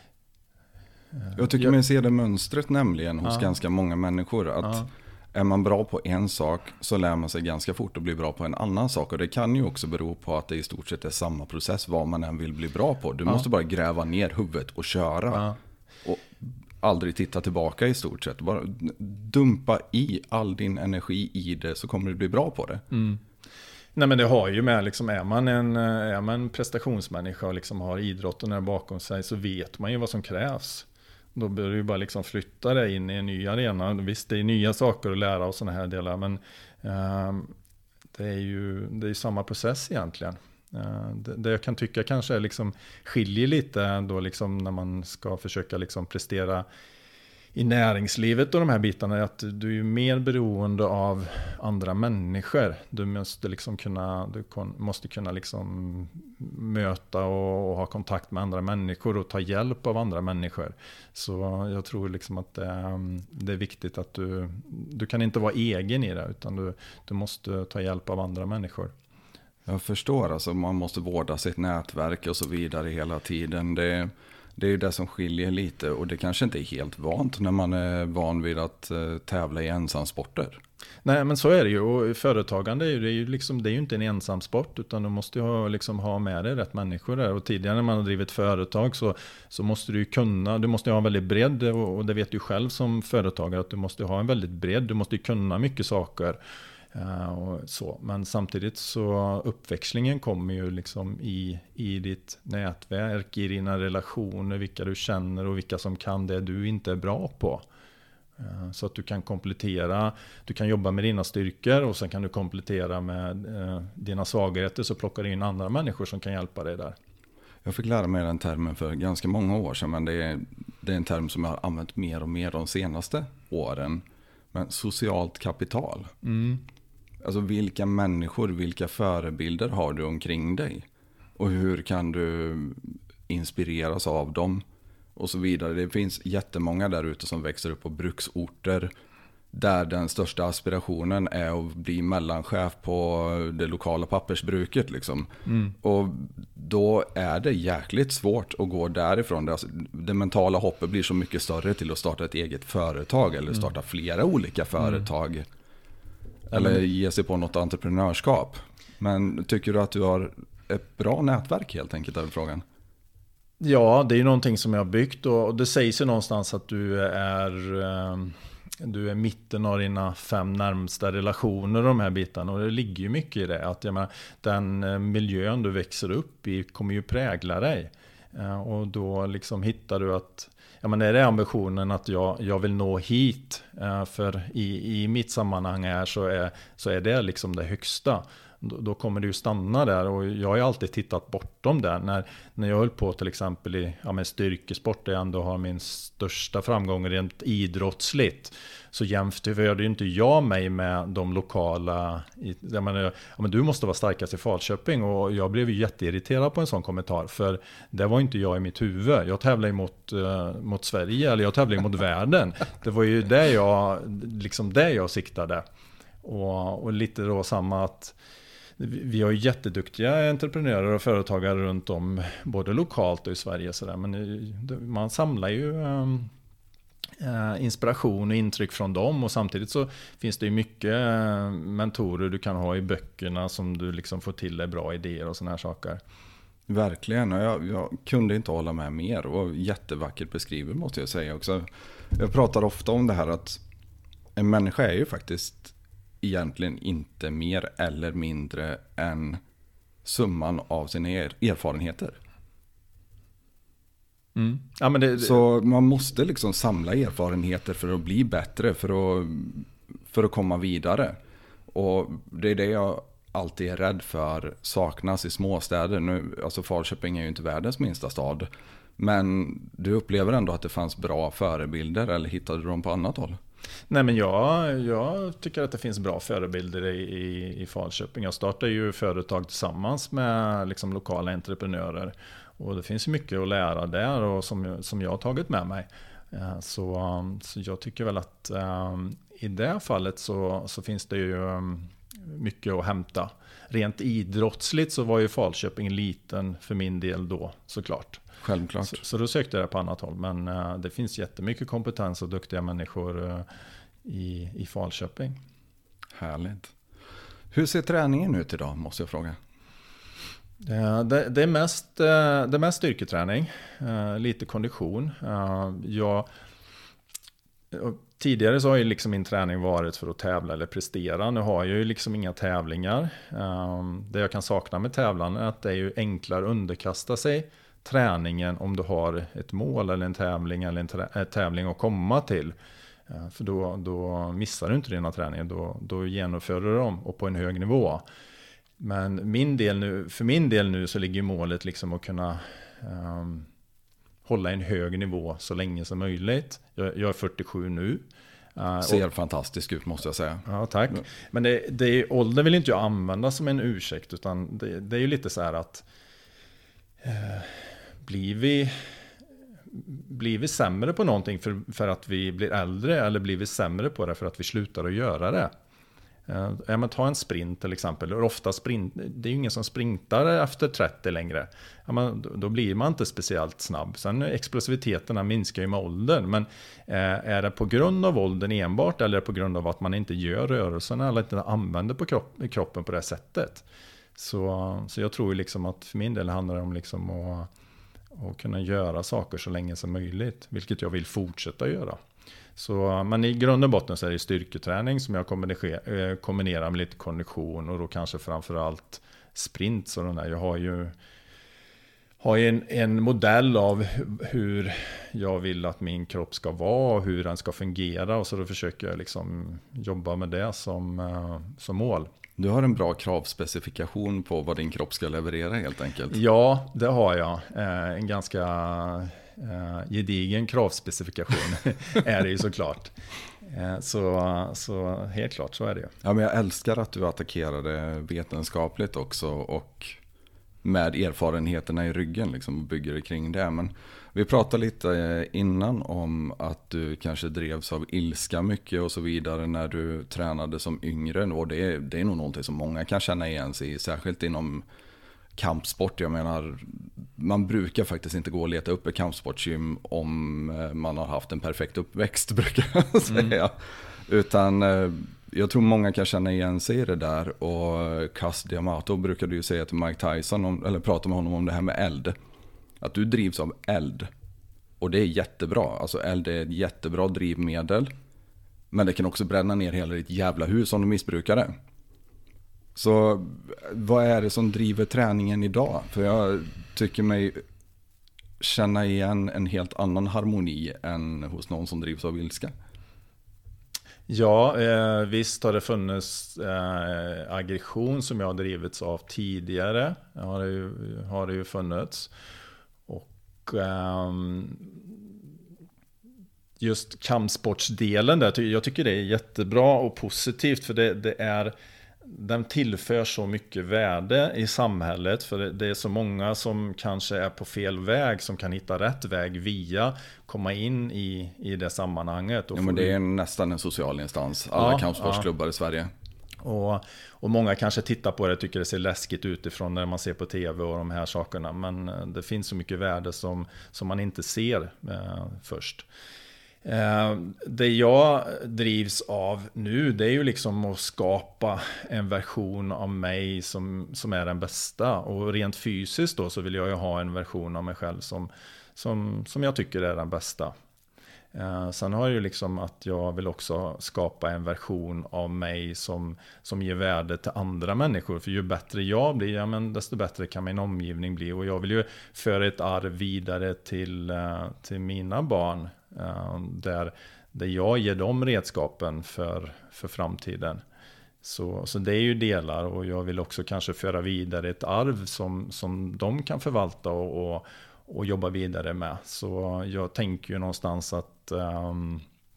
Jag tycker man ser det mönstret nämligen hos ja. ganska många människor. Att ja. Är man bra på en sak så lär man sig ganska fort att bli bra på en annan sak. Och det kan ju också bero på att det i stort sett är samma process vad man än vill bli bra på. Du ja. måste bara gräva ner huvudet och köra. Ja. Och aldrig titta tillbaka i stort sett. Bara dumpa i all din energi i det så kommer du bli bra på det. Mm. Nej, men det har ju med, liksom, är man en, är man en prestationsmänniska och liksom har idrotten där bakom sig, så vet man ju vad som krävs. Då bör du bara liksom flytta det in i en ny arena. Visst, det är nya saker att lära och sådana här delar, men uh, det är ju det är samma process egentligen. Uh, det, det jag kan tycka kanske är liksom skiljer lite då, liksom, när man ska försöka liksom prestera i näringslivet och de här bitarna, är att du är mer beroende av andra människor. Du måste liksom kunna, du måste kunna liksom möta och, och ha kontakt med andra människor och ta hjälp av andra människor. Så jag tror liksom att det, det är viktigt att du, du kan inte vara egen i det, utan du, du måste ta hjälp av andra människor. Jag förstår, alltså man måste vårda sitt nätverk och så vidare hela tiden. Det Det är ju det som skiljer lite och det kanske inte är helt vant när man är van vid att uh, tävla i ensamsporter. Nej, men så är det ju. Och företagande är ju, det är ju, liksom, det är ju inte en ensam sport, utan du måste ju ha, liksom, ha med dig rätt människor där. Och tidigare när man har drivit företag så, så måste du ju kunna, du måste ha en väldigt bredd, och, och det vet du själv som företagare att du måste ha en väldigt bredd, du måste ju kunna mycket saker. Uh, och så. Men samtidigt så uppväxlingen kommer ju liksom i, i ditt nätverk, i dina relationer, vilka du känner och vilka som kan det du inte är bra på. Så att du kan komplettera, du kan jobba med dina styrkor och sen kan du komplettera med eh, dina svagheter, så plockar du in andra människor som kan hjälpa dig där. Jag fick lära mig den termen för ganska många år sedan, men det är, det är en term som jag har använt mer och mer de senaste åren. Men socialt kapital. Mm. Alltså vilka människor, vilka förebilder har du omkring dig? Och hur kan du inspireras av dem? Och så vidare. Det finns jättemånga där ute som växer upp på bruksorter där den största aspirationen är att bli mellanchef på det lokala pappersbruket. Liksom. Mm. Och då är det jäkligt svårt att gå därifrån. Det, alltså, det mentala hoppet blir så mycket större till att starta ett eget företag eller starta mm. flera olika företag. Mm. Eller ge sig på något entreprenörskap. Men tycker du att du har ett bra nätverk helt enkelt, är frågan? Ja, det är ju någonting som jag har byggt, och det sägs ju någonstans att du är, du är mitten av dina fem närmsta relationer, de här bitarna, och det ligger ju mycket i det. Att jag menar, den miljön du växer upp i kommer ju prägla dig, och då liksom hittar du att ja, men är det ambitionen att jag, jag vill nå hit, för i, i mitt sammanhang här så är, så är det liksom det högsta. Då kommer det ju stanna där, och jag har ju alltid tittat bortom där. När, när jag höll på till exempel i ja, med styrkesport, där jag ändå har min största framgång rent idrottsligt, så jämförde ju inte jag mig med de lokala. Jag menar, ja, men du måste vara starkast i Falköping, och jag blev ju jätteirriterad på en sån kommentar, för det var inte jag i mitt huvud. Jag tävlade mot, uh, mot Sverige, eller jag tävlade mot världen. Det var ju det jag, liksom det jag siktade. Och, och lite då samma att vi har ju jätteduktiga entreprenörer och företagare runt om, både lokalt och i Sverige. Så där. Men man samlar ju um, uh, inspiration och intryck från dem. Och samtidigt så finns det ju mycket uh, mentorer du kan ha i böckerna som du liksom får till dig bra idéer och såna här saker. Verkligen, jag, jag kunde inte hålla med mer, och jättevackert beskrivet måste jag säga också. Jag pratar ofta om det här att en människa är ju faktiskt egentligen inte mer eller mindre än summan av sina er- erfarenheter. Mm. Ja, men det, det... Så man måste liksom samla erfarenheter för att bli bättre, för att, för att komma vidare. Och det är det jag alltid är rädd för saknas i småstäder. Nu, alltså Falköping är ju inte världens minsta stad, men du upplever ändå att det fanns bra förebilder, eller hittade du dem på annat håll? Nej, men jag, jag tycker att det finns bra förebilder i, i, i Falköping. Jag startar ju företag tillsammans med liksom lokala entreprenörer, och det finns mycket att lära där, och som, som jag har tagit med mig. Så, så jag tycker väl att um, i det fallet så, så finns det ju um, mycket att hämta. Rent idrottsligt så var ju Falköping liten för min del då, såklart. Självklart. Så, så då sökte jag det på annat håll. Men uh, det finns jättemycket kompetens och duktiga människor uh, i, i Falköping. Härligt. Hur ser träningen ut idag, måste jag fråga? Uh, det, det, är mest, uh, det är mest styrketräning. Uh, lite kondition. Uh, jag, uh, tidigare så har ju liksom min träning varit för att tävla eller prestera. Nu har jag ju liksom inga tävlingar. Uh, det jag kan sakna med tävlan är att det är ju enklare att underkasta sig träningen om du har ett mål eller en tävling eller en trä- tävling att komma till. För då, då missar du inte dina träningar, då, då genomför du dem och på en hög nivå. Men min del nu, för min del nu så ligger målet liksom att kunna um, hålla en hög nivå så länge som möjligt. Jag, jag är fyrtiosju nu. Uh, Ser och, fantastiskt ut, måste jag säga. Ja, tack. Men det, det, ålder vill inte jag använda som en ursäkt, utan det, det är ju lite så här att uh, blir vi blir vi sämre på någonting för, för att vi blir äldre, eller blir vi sämre på det för att vi slutar att göra det? Ja, men ta en sprint till exempel. Ofta sprint, det är ju ingen som sprintar efter trettio längre. Ja, men då blir man inte speciellt snabb. Sen explosiviteterna minskar ju med åldern. Men är det på grund av åldern enbart, eller är det på grund av att man inte gör rörelserna eller inte använder på kropp, kroppen på det sättet? Så, så jag tror ju liksom att för min del handlar det om liksom att, att kunna göra saker så länge som möjligt. Vilket jag vill fortsätta göra. Så, men i grund och botten så är det styrketräning som jag kombinerar med lite kondition och då kanske framförallt sprint. Så den där. Jag har ju, har ju en, en modell av hur jag vill att min kropp ska vara och hur den ska fungera, och så då försöker jag liksom jobba med det som, som mål. Du har en bra kravspecifikation på vad din kropp ska leverera helt enkelt. Ja, det har jag. En ganska Uh, gedigen kravspecifikation är det ju såklart. Uh, så, så helt klart så är det ju. Ja, men jag älskar att du attackerar det vetenskapligt också och med erfarenheterna i ryggen liksom, och bygger det kring det. Men vi pratade lite innan om att du kanske drevs av ilska mycket och så vidare när du tränade som yngre, och det är, det är nog någonting som många kan känna igen sig i, särskilt inom kampsport. Jag menar, man brukar faktiskt inte gå och leta upp ett kampsportgym om man har haft en perfekt uppväxt, brukar jag säga. Mm. Utan jag tror många kan känna igen sig i det där. Och Cus D'Amato brukade ju säga till Mike Tyson, om, eller prata med honom om det här med eld. Att du drivs av eld. Och det är jättebra. Alltså eld är ett jättebra drivmedel. Men det kan också bränna ner hela ditt jävla hus om du missbrukar det. Så vad är det som driver träningen idag? För jag tycker mig känna igen en helt annan harmoni än hos någon som drivs av ilska. Ja, eh, visst har det funnits eh, aggression som jag har drivits av tidigare. Har det ju, har det ju funnits. Och eh, just kampsportsdelen där, jag tycker det är jättebra och positivt, för det, det är... Den tillför så mycket värde i samhället, för det är så många som kanske är på fel väg som kan hitta rätt väg via komma in i, i det sammanhanget. Och ja, men det är nästan en social instans, alla ja, kampsportsklubbar ja. i Sverige. Och, och många kanske tittar på det och tycker det ser läskigt utifrån när man ser på tv och de här sakerna, men det finns så mycket värde som, som man inte ser eh, först. Eh, det jag drivs av nu, det är ju liksom att skapa en version av mig som, som är den bästa. Och rent fysiskt då så vill jag ju ha en version av mig själv som, som, som jag tycker är den bästa. Eh, sen har jag ju liksom att jag vill också skapa en version av mig som, som ger värde till andra människor. För ju bättre jag blir, ja, men desto bättre kan min omgivning bli. Och jag vill ju föra ett arv vidare till, eh, till mina barn. Där, där jag ger dem redskapen för, för framtiden. Så, så det är ju delar, och jag vill också kanske föra vidare ett arv som, som de kan förvalta och, och, och jobba vidare med. Så jag tänker ju någonstans att um,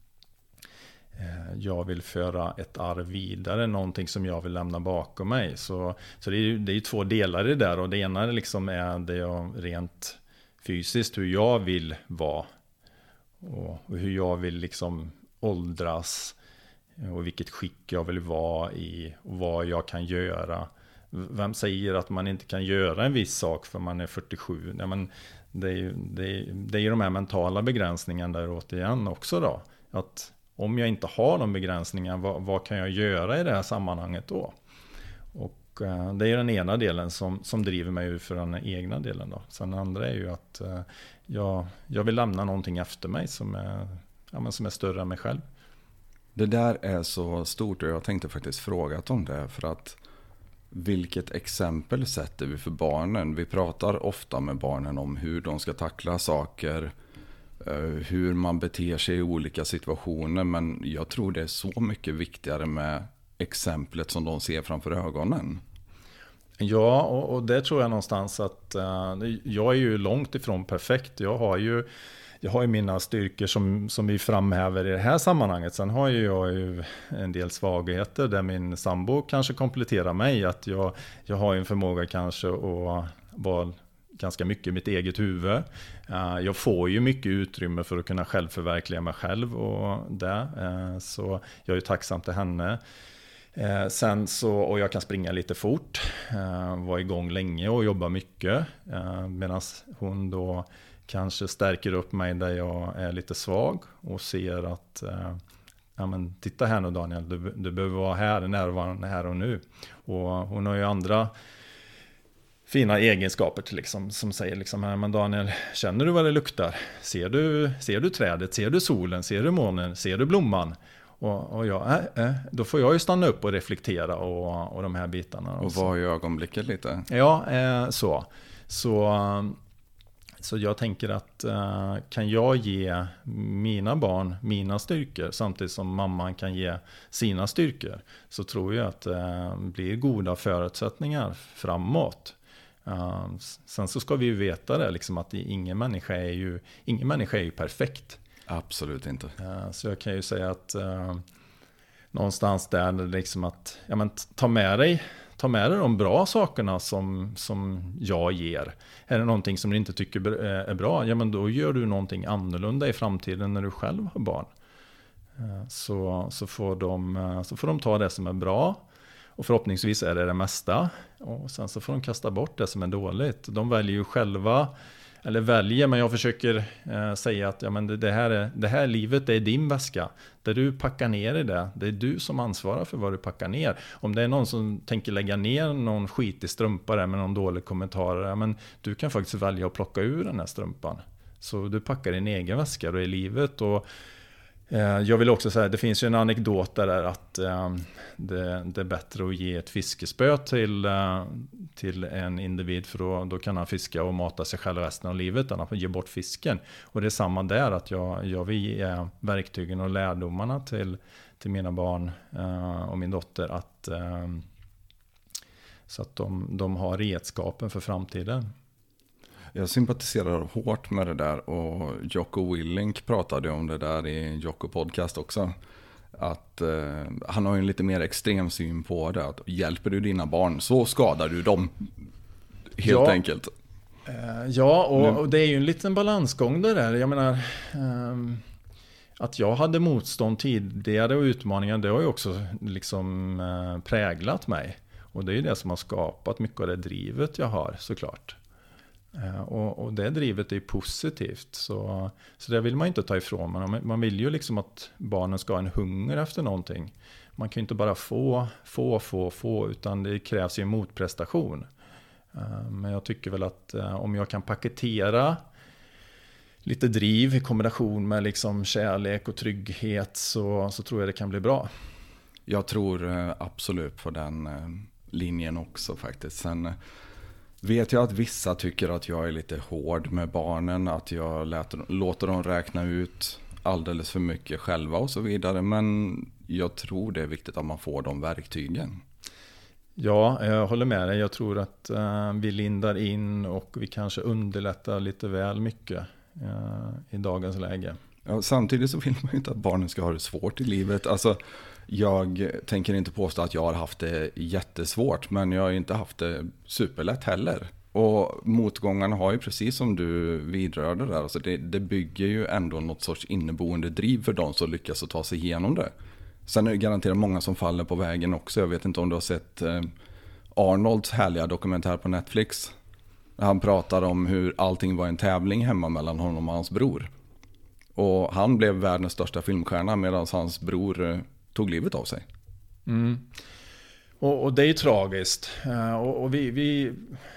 jag vill föra ett arv vidare, någonting som jag vill lämna bakom mig. Så, så det är ju det är två delar i det där, och det ena liksom är det jag rent fysiskt, hur jag vill vara. Och hur jag vill liksom åldras, och vilket skick jag vill vara i, och vad jag kan göra. Vem säger att man inte kan göra en viss sak för man är fyrtiosju? Nej, men det, är ju, det, är, det är ju de här mentala begränsningarna där återigen också då. Att om jag inte har de begränsningarna, vad, vad kan jag göra i det här sammanhanget då? Och eh, det är den ena delen som, som driver mig ut för den egna delen då. Sen den andra är ju att eh, jag, jag vill lämna någonting efter mig som är, ja, men som är större än mig själv. Det där är så stort, och jag tänkte faktiskt fråga om det, för att vilket exempel sätter vi för barnen? Vi pratar ofta med barnen om hur de ska tackla saker, hur man beter sig i olika situationer, men jag tror det är så mycket viktigare med exemplet som de ser framför ögonen. Ja, och, och det tror jag någonstans att uh, jag är ju långt ifrån perfekt. Jag har ju, jag har ju mina styrkor som, som vi framhäver i det här sammanhanget. Sen har ju jag ju en del svagheter där min sambo kanske kompletterar mig. Att jag, jag har en förmåga kanske att vara ganska mycket i mitt eget huvud. Uh, jag får ju mycket utrymme för att kunna självförverkliga mig själv och det. Uh, så jag är ju tacksam till henne. Eh, sen så, och jag kan springa lite fort, eh, var igång länge och jobba mycket. Eh, Medan hon då kanske stärker upp mig där jag är lite svag och ser att eh, ja, men titta här nu Daniel, du, du behöver vara här, närvarande här och nu. Och hon har ju andra fina egenskaper till liksom, som säger liksom här, men Daniel, känner du vad det luktar? Ser du, ser du trädet? Ser du solen? Ser du månen? Ser du blomman? Och, och jag, äh, äh, då får jag ju stanna upp och reflektera och, och de här bitarna. Och vara i ögonblicket lite. Ja, eh, så. Så... Så jag tänker att uh, kan jag ge mina barn mina styrkor samtidigt som mamman kan ge sina styrkor, så tror jag att det uh, blir goda förutsättningar framåt. Uh, sen så ska vi ju veta det, liksom att ingen människa är ju, ingen människa är ju perfekt. Absolut inte. Uh, så jag kan ju säga att uh, någonstans där liksom att ja, men ta med dig Ta med dig de bra sakerna som, som jag ger. Är det någonting som du inte tycker är bra, ja men då gör du någonting annorlunda i framtiden när du själv har barn. Så, så, får de, så får de ta det som är bra. Och förhoppningsvis är det det mesta. Och sen så får de kasta bort det som är dåligt. De väljer ju själva, eller väljer, men jag försöker eh, säga att ja, men det, det, här är, det här livet, det är din väska. Där du packar ner i det, det är du som ansvarar för vad du packar ner. Om det är någon som tänker lägga ner någon skit i strumpa där med någon dålig kommentar, ja, men du kan faktiskt välja att plocka ur den här strumpan. Så du packar din egen väska då i livet. Och jag vill också säga, det finns ju en anekdot där att eh, det, det är bättre att ge ett fiskespö till, eh, till en individ, för då, då kan han fiska och mata sig själv resten av livet än att ge bort fisken. Och det är samma där, att jag, jag vill ge verktygen och lärdomarna till, till mina barn eh, och min dotter, att, eh, så att de, de har redskapen för framtiden. Jag sympatiserar hårt med det där, och Jocko Willink pratade om det där i Jocko podcast också. Att eh, han har ju en lite mer extrem syn på det. Att hjälper du dina barn så skadar du dem. Helt ja, enkelt. Eh, ja, och, och det är ju en liten balansgång det där. Jag menar, eh, att jag hade motstånd tidigare och utmaningar, det har ju också liksom eh, präglat mig. Och det är ju det som har skapat mycket av det drivet jag har, såklart. Och, och det drivet är ju positivt, så, så det vill man inte ta ifrån. Man, man vill ju liksom att barnen ska ha en hunger efter någonting. Man kan ju inte bara få, få, få, få, utan det krävs ju en motprestation. Men jag tycker väl att om jag kan paketera lite driv i kombination med liksom kärlek och trygghet, så, så tror jag det kan bli bra. Jag tror absolut på den linjen också faktiskt. Sen vet jag att vissa tycker att jag är lite hård med barnen, att jag låter, låter dem räkna ut alldeles för mycket själva och så vidare. Men jag tror det är viktigt att man får de verktygen. Ja, jag håller med dig. Jag tror att uh, vi lindar in och vi kanske underlättar lite väl mycket uh, i dagens läge. Ja, samtidigt så vill man ju inte att barnen ska ha det svårt i livet. Alltså, jag tänker inte påstå att jag har haft det jättesvårt, men jag har inte haft det superlätt heller. Och motgångarna har ju, precis som du vidrörde där, alltså det, det bygger ju ändå något sorts inneboende driv för de som lyckas att ta sig igenom det. Sen är det garanterat många som faller på vägen också. Jag vet inte om du har sett eh, Arnolds härliga dokumentär på Netflix. Han pratar om hur allting var en tävling hemma mellan honom och hans bror. Och han blev världens största filmstjärna medan hans bror eh, tog livet av sig. Mm. Och, och det är ju tragiskt. Uh, och, och vi... vi,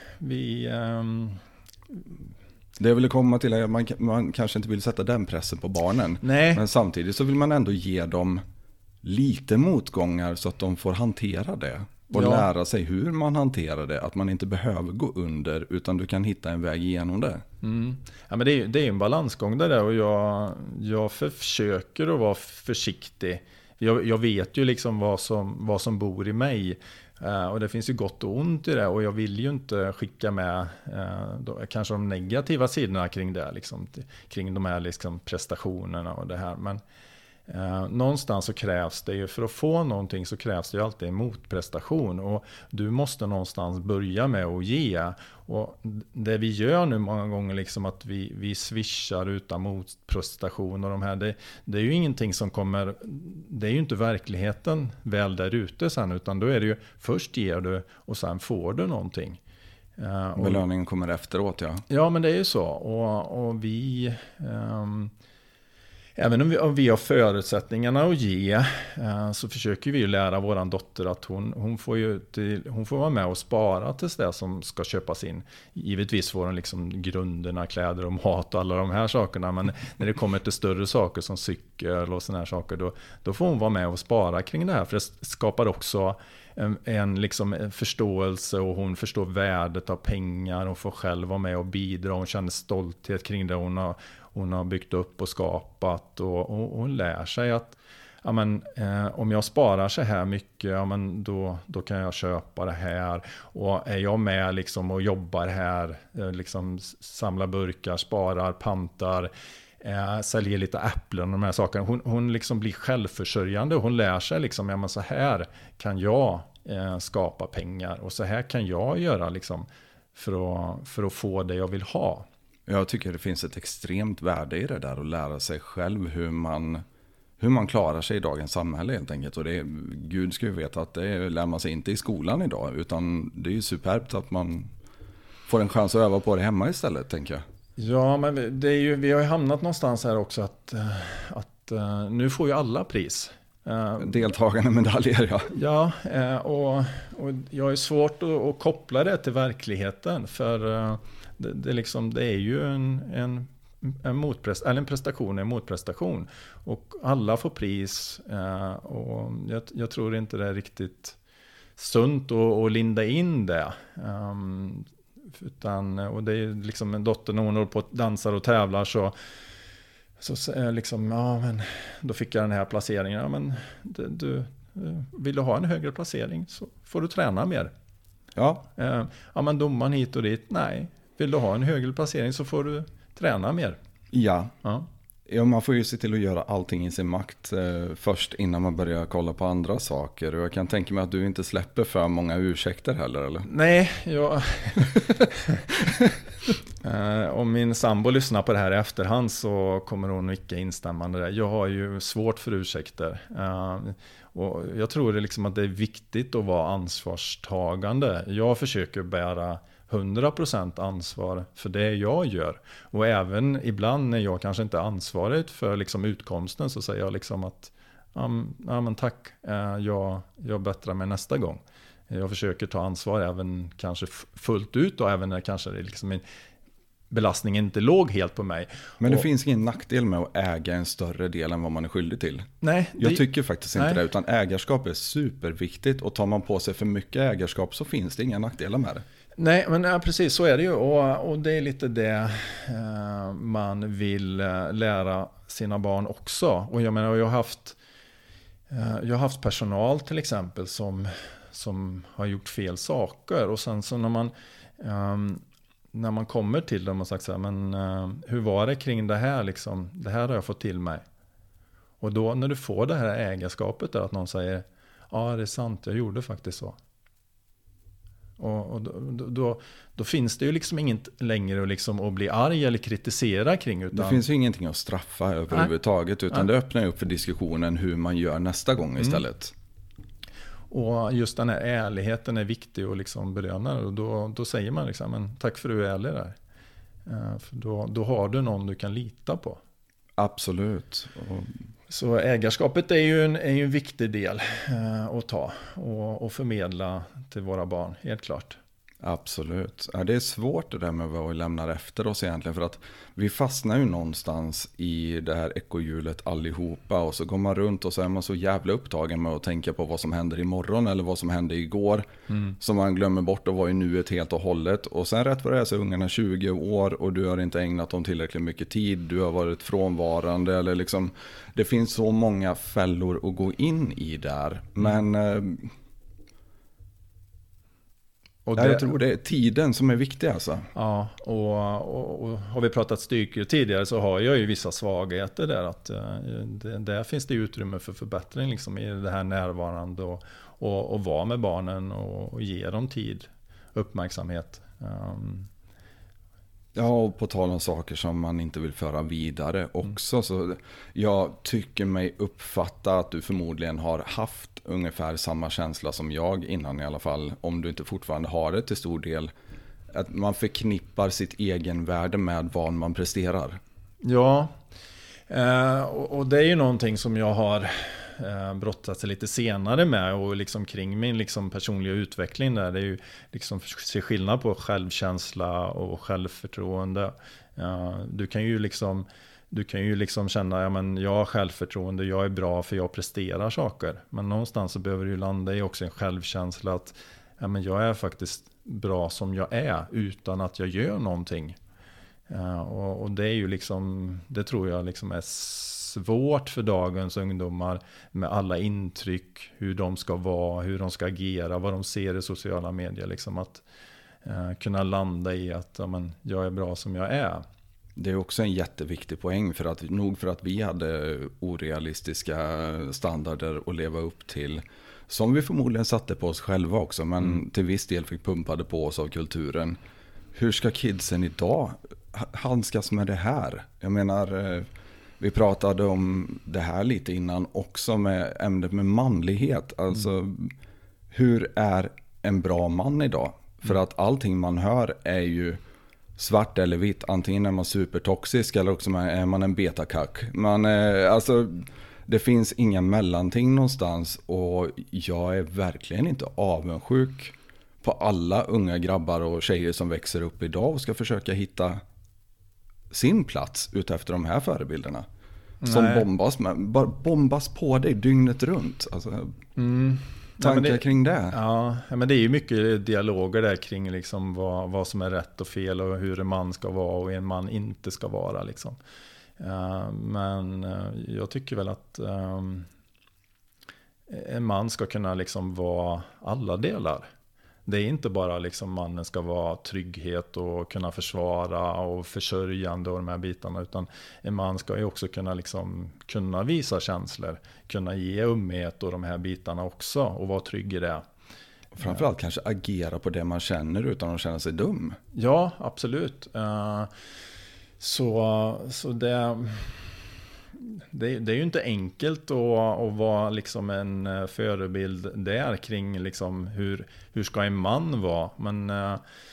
vi um... Det jag ville komma till är att man, man kanske inte vill sätta den pressen på barnen. Nej. Men samtidigt så vill man ändå ge dem lite motgångar så att de får hantera det. Och ja. lära sig hur man hanterar det. Att man inte behöver gå under, utan du kan hitta en väg igenom det. Mm. Ja, men det är, det är en balansgång där, och jag, jag försöker att vara försiktig. Jag, jag vet ju liksom vad som, vad som bor i mig. Uh, och det finns ju gott och ont i det. Och jag vill ju inte skicka med uh, då, kanske de negativa sidorna kring det. Liksom, kring de här liksom prestationerna och det här. Men Eh, någonstans så krävs det ju, för att få någonting så krävs det ju alltid en motprestation, och du måste någonstans börja med att ge. Och det vi gör nu många gånger, liksom att vi, vi swishar utan motprestation och de här, det, det är ju ingenting som kommer, det är ju inte verkligheten väl där ute sen, utan då är det ju först ger du och sen får du någonting. Uh, och, belöningen kommer efteråt, ja. Ja, men det är ju så. Och, och vi, um, även om vi, om vi har förutsättningarna att ge, uh, så försöker vi ju lära våran dotter att hon, hon, får ju till, hon får vara med och spara tills det som ska köpas in. Givetvis får hon liksom grunderna, kläder och mat och alla de här sakerna, men när det kommer till större saker som cykel och såna här saker, då, då får hon vara med och spara kring det här, för det skapar också en, en liksom förståelse, och hon förstår värdet av pengar och får själv vara med och bidra. Hon känner stolthet kring det hon har, hon har byggt upp och skapat, och, och, och hon lär sig att ja, men, eh, om jag sparar så här mycket, ja, men då, då kan jag köpa det här. Och är jag med liksom och jobbar här, eh, liksom samlar burkar, sparar, pantar, Eh, säljer lite äpplen och de här sakerna. Hon, hon liksom blir självförsörjande. Hon lär sig liksom, ja, men så här kan jag eh, skapa pengar, och så här kan jag göra liksom, för, att, för att få det jag vill ha. Jag tycker det finns ett extremt värde i det där, att lära sig själv hur man, hur man klarar sig i dagens samhälle helt enkelt. Och det är, Gud ska ju veta att det lär man sig inte i skolan idag, utan det är ju superbt att man får en chans att öva på det hemma istället, tänker jag. Ja, men det är ju, vi har ju hamnat någonstans här också att, att nu får ju alla pris. Deltagande medaljer, ja. Ja, och, och jag är svårt att, att koppla det till verkligheten, för det, det, liksom, det är ju en, en, en, motprest, eller en prestation, en motprestation. Och alla får pris, och jag, jag tror inte det är riktigt sunt att, att linda in det. Utan, och det är liksom en dotter, när hon håller på att dansar och tävlar, så, så liksom, ja, men då fick jag den här placeringen. Ja, men du, du vill du ha en högre placering så får du träna mer. Ja. Ja, men domaren hit och dit, nej. Vill du ha en högre placering så får du träna mer. Ja. Ja. Ja, man får ju se till att göra allting i sin makt eh, först innan man börjar kolla på andra saker. Och jag kan tänka mig att du inte släpper för många ursäkter heller, eller? Nej, jag... eh, om min sambo lyssnar på det här i efterhand så kommer hon icke instämmande där. Jag har ju svårt för ursäkter. Eh, och jag tror det liksom att det är viktigt att vara ansvarstagande. Jag försöker bära hundra procent ansvar för det jag gör. Och även ibland när jag kanske inte är ansvarig för liksom utkomsten, så säger jag liksom att ja, men tack, jag, jag bättrar mig nästa gång. Jag försöker ta ansvar även kanske fullt ut, och även när kanske det liksom en belastningen inte låg helt på mig. Men det och, finns ingen nackdel med att äga en större del än vad man är skyldig till. Nej. Jag det, tycker faktiskt inte nej. det, utan ägarskap är superviktigt, och tar man på sig för mycket ägarskap så finns det inga nackdelar med det. Nej, men ja, precis så är det ju, och, och det är lite det eh, man vill eh, lära sina barn också. Och jag menar, jag har haft eh, jag har haft personal till exempel som, som har gjort fel saker, och sen så när man eh, när man kommer till dem och sagt så här, men eh, hur var det kring det här liksom, det här har jag fått till mig. Och då när du får det här ägarskapet där, att någon säger, ja, det är sant, jag gjorde faktiskt så. Och, och då, då, då finns det ju liksom inget längre att, liksom att bli arg eller kritisera kring. Utan... Det finns ju ingenting att straffa överhuvudtaget, utan Nej. Det öppnar upp för diskussionen hur man gör nästa gång istället. Mm. Och just den här ärligheten är viktig att liksom belöna, och då, då säger man liksom, men tack för att du är ärlig där. Uh, för då, då har du någon du kan lita på. Absolut. Och... Så ägarskapet är ju en, är ju en viktig del eh, att ta och, och förmedla till våra barn, helt klart. Absolut. Ja, det är svårt det där med vad vi lämnar efter oss egentligen, för att vi fastnar ju någonstans i det här ekohjulet allihopa, och så går man runt och så är man så jävla upptagen med att tänka på vad som händer imorgon eller vad som hände igår, mm. som man glömmer bort att vara i nuet helt och hållet. Och sen rätt vad det är så är ungarna tjugo år och du har inte ägnat dem tillräckligt mycket tid, du har varit frånvarande, eller liksom, det finns så många fällor att gå in i där. Men... Mm. Och ja, det, jag tror det är tiden som är viktig alltså. Ja, och, och, och har vi pratat styrkor tidigare så har jag ju vissa svagheter där. Att, uh, det, där finns det utrymme för förbättring liksom, i det här närvarande och, och, och vara med barnen och, och ge dem tid, uppmärksamhet. Um, Ja, och på tal om saker som man inte vill föra vidare också. Mm. Så jag tycker mig uppfatta att du förmodligen har haft ungefär samma känsla som jag innan i alla fall. Om du inte fortfarande har det till stor del. Att man förknippar sitt egenvärde med vad man presterar. Ja, eh, och, och det är ju någonting som jag har eh, brottats lite senare med. Och liksom kring min liksom personliga utveckling där. Det är ju liksom se skillnad på självkänsla och självförtroende. Eh, du kan ju liksom... Du kan ju liksom känna, ja men jag har självförtroende, jag är bra för jag presterar saker. Men någonstans så behöver du landa i också en självkänsla att ja men jag är faktiskt bra som jag är utan att jag gör någonting. Uh, och, och det är ju liksom, det tror jag liksom är svårt för dagens ungdomar med alla intryck, hur de ska vara, hur de ska agera, vad de ser i sociala medier. Liksom att uh, kunna landa i att ja men jag är bra som jag är. Det är också en jätteviktig poäng för att nog för att vi hade orealistiska standarder att leva upp till. Som vi förmodligen satte på oss själva också, men mm. till viss del fick pumpade på oss av kulturen. Hur ska kidsen idag handskas med det här? Jag menar, vi pratade om det här lite innan också med ämnet med manlighet. Alltså, mm. hur är en bra man idag? För att allting man hör är ju svart eller vitt. Antingen är man supertoxisk eller också är man en betakack. Man, eh, alltså, det finns inga mellanting någonstans och jag är verkligen inte avundsjuk på alla unga grabbar och tjejer som växer upp idag och ska försöka hitta sin plats utefter de här förebilderna. Som Nej. bombas med, bara bombas på dig dygnet runt. Alltså, mm. tankar ja, det, kring det? Ja, men det är ju mycket dialoger där kring liksom vad, vad som är rätt och fel och hur en man ska vara och en man inte ska vara. Liksom. Uh, men uh, jag tycker väl att um, en man ska kunna liksom vara alla delar. Det är inte bara liksom mannen ska vara trygghet och kunna försvara och försörjande och de här bitarna, utan en man ska ju också kunna, liksom, kunna visa känslor, kunna ge ömhet och de här bitarna också och vara trygg i det. Framförallt ja. kanske agera på det man känner utan att känna sig dum. Ja, absolut. Uh, så, så det... Det, det är ju inte enkelt att, att vara liksom en förebild där kring liksom hur, hur ska en man vara. Men uh,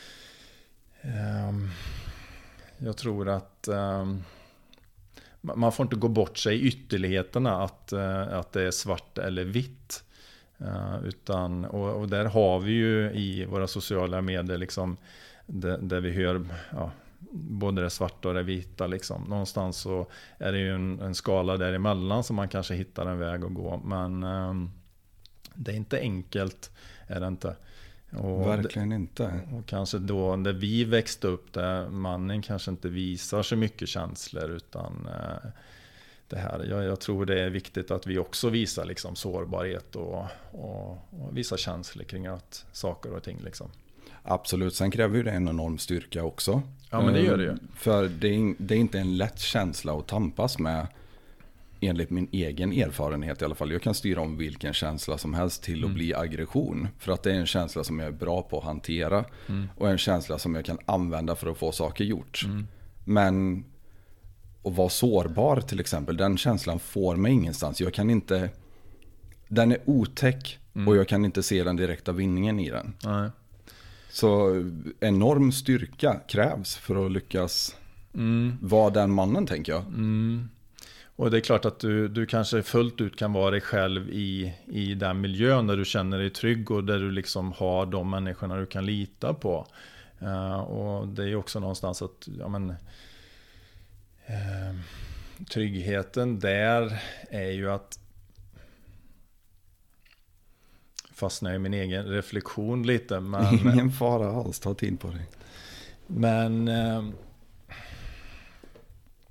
um, jag tror att um, man får inte gå bort sig i ytterligheterna att, uh, att det är svart eller vitt. Uh, utan, och, och där har vi ju i våra sociala medier liksom, där, där vi hör... Ja, både det svarta och det vita liksom. Någonstans så är det ju en, en skala däremellan som man kanske hittar en väg att gå. Men um, det är inte enkelt, är det inte. Och Verkligen det, inte. Och kanske då när vi växte upp där mannen kanske inte visar så mycket känslor utan uh, det här. Jag, jag tror det är viktigt att vi också visar liksom sårbarhet och, och, och visar känslor kring att saker och ting liksom. Absolut, sen kräver ju det en enorm styrka också. Ja, men det gör det ju. För det är, det är inte en lätt känsla att tampas med, enligt min egen erfarenhet i alla fall. Jag kan styra om vilken känsla som helst till att mm. bli aggression. För att det är en känsla som jag är bra på att hantera. Mm. Och en känsla som jag kan använda för att få saker gjort. Mm. Men att vara sårbar till exempel, den känslan får mig ingenstans. Jag kan inte, den är otäck mm. och jag kan inte se den direkta vinningen i den. Nej. Så enorm styrka krävs för att lyckas mm. vara den mannen, tänker jag. Mm. Och det är klart att du, du kanske fullt ut kan vara dig själv i, i den miljön där du känner dig trygg och där du liksom har de människorna du kan lita på. Uh, och det är också någonstans att ja, men, uh, tryggheten där är ju att fastnar i min egen reflektion lite. Men, ingen fara alls, ta tid på dig. Men eh,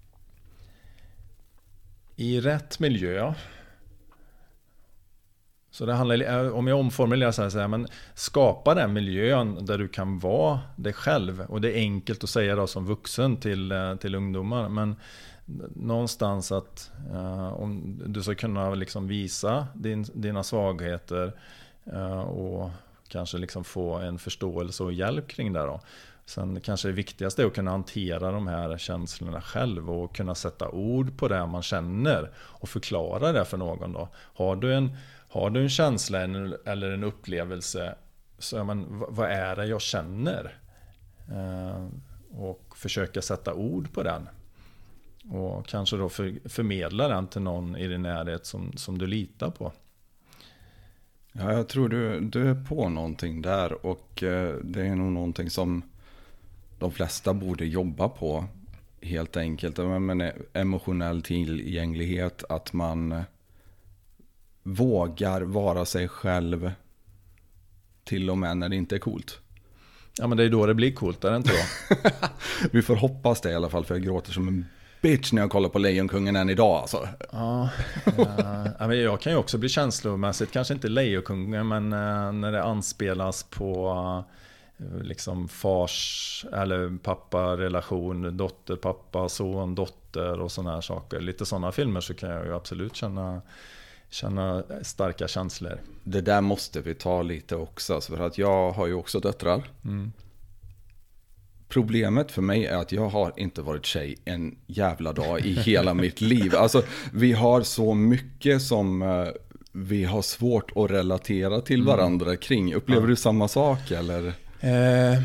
i rätt miljö Så det handlar, om jag omformulerar så här, så här, men skapa den miljön där du kan vara dig själv. Och det är enkelt att säga då som vuxen till, till ungdomar. Men någonstans att uh, om du ska kunna liksom visa din, dina svagheter uh, och kanske liksom få en förståelse och hjälp kring det då. Sen kanske det viktigaste är att kunna hantera de här känslorna själv och kunna sätta ord på det man känner och förklara det för någon då. Har du en, har du en känsla eller en upplevelse, så är man, vad är det jag känner? Uh, och försöka sätta ord på den. Och kanske då för, förmedla den till någon i din närhet som, som du litar på. Ja, jag tror du, du är på någonting där, och eh, det är nog någonting som de flesta borde jobba på, helt enkelt. Men emotionell tillgänglighet, att man vågar vara sig själv till och med när det inte är coolt. Ja, men det är då det blir coolt, är det inte då? Vi får hoppas det i alla fall, för jag gråter som en bitch när jag kollar på Lejonkungen än idag alltså. Ja, äh, men jag kan ju också bli känslomässigt, kanske inte Lejonkungen, men äh, när det anspelas på äh, liksom fars eller pappa relation, dotter, pappa, son, dotter och såna här saker. Lite sådana filmer, så kan jag ju absolut känna, känna starka känslor. Det där måste vi ta lite också, för att jag har ju också döttrar. Mm. Problemet för mig är att jag har inte varit tjej en jävla dag i hela mitt liv. Alltså, vi har så mycket som uh, vi har svårt att relatera till varandra mm. kring. Upplever ja. du samma sak, eller? Eh,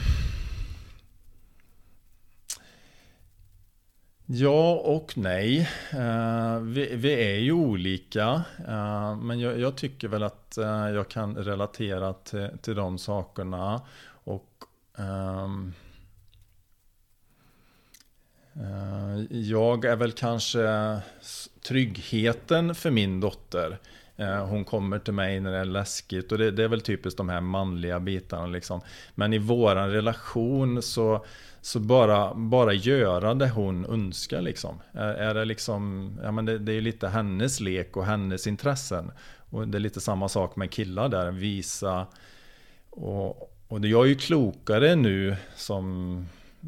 ja och nej. Eh, vi, vi är ju olika. Eh, men jag, jag tycker väl att eh, jag kan relatera till, till de sakerna. Och... Ehm, jag är väl kanske tryggheten för min dotter. Hon kommer till mig när det är läskigt, och det, det är väl typiskt de här manliga bitarna liksom. Men i våran relation så, så bara, bara göra det hon önskar liksom. Är, är det liksom, ja, men det, det är lite hennes lek och hennes intressen. Och det är lite samma sak med killar där, visa. Och, och jag är ju klokare nu som...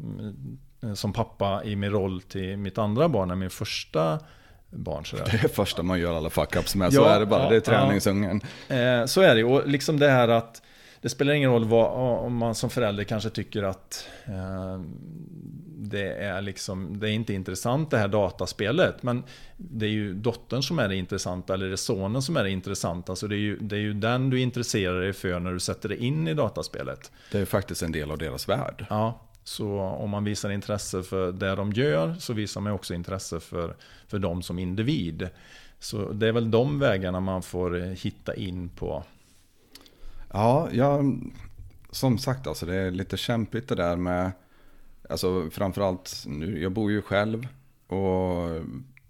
som pappa i min roll till mitt andra barn än min första barn. Sådär. Det är första man gör alla fuck-ups med, så ja, är det bara, ja, det är träningsungen. Ja. Eh, så är det, och liksom det här att det spelar ingen roll vad, om man som förälder kanske tycker att eh, det är liksom, det är inte intressant det här dataspelet, men det är ju dottern som är det intressanta, eller det är sonen som är det intressanta, så det är ju, det är ju den du intresserar dig för när du sätter dig in i dataspelet. Det är faktiskt en del av deras värld. Ja. Så om man visar intresse för det de gör, så visar man också intresse för, för dem som individ. Så det är väl de vägarna man får hitta in på. Ja, jag, som sagt, alltså det är lite kämpigt det där med, alltså framförallt nu, jag bor ju själv och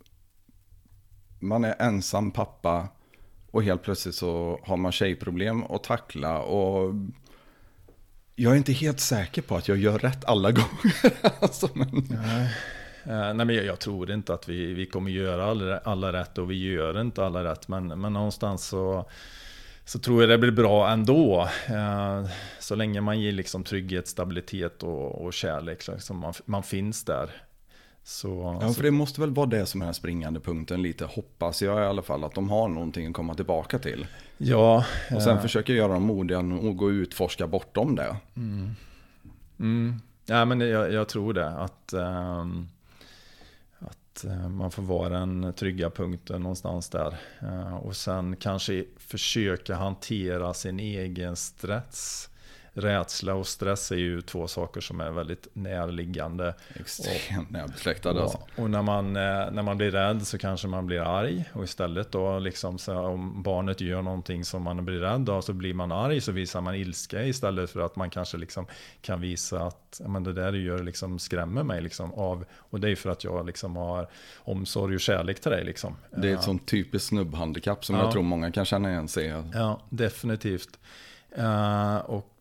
man är ensam pappa och helt plötsligt så har man tjejproblem att tackla, och jag är inte helt säker på att jag gör rätt alla gånger. alltså, men... Nej. Uh, nej, men jag, jag tror inte att vi, vi kommer göra alla, alla rätt, och vi gör inte alla rätt. Men, men någonstans så, så tror jag det blir bra ändå. Uh, så länge man ger liksom trygghet, stabilitet och, och kärlek. Liksom man, man finns där. Så, ja, för så... det måste väl vara det som är den springande punkten lite, hoppas jag i alla fall, att de har någonting att komma tillbaka till. Ja. Och sen uh... försöka göra dem modiga och gå ut, forska bortom det. Mm. Mm. Ja, men jag, jag tror det, att, um, att man får vara den trygga punkten någonstans där. Uh, och sen kanske försöka hantera sin egen stress. Rädsla och stress är ju två saker som är väldigt närliggande. Extremt närbesläktade. Alltså. Och när man, när man blir rädd så kanske man blir arg. Och istället då, liksom, så om barnet gör någonting som man blir rädd av, så blir man arg, så visar man ilska istället för att man kanske liksom kan visa att men det där du gör liksom skrämmer mig. Liksom, av, och det är för att jag liksom har omsorg och kärlek till dig. Liksom. Det är ett sånt typiskt snubbhandikapp som ja. jag tror många kan känna igen sig. Ja, definitivt. Uh, och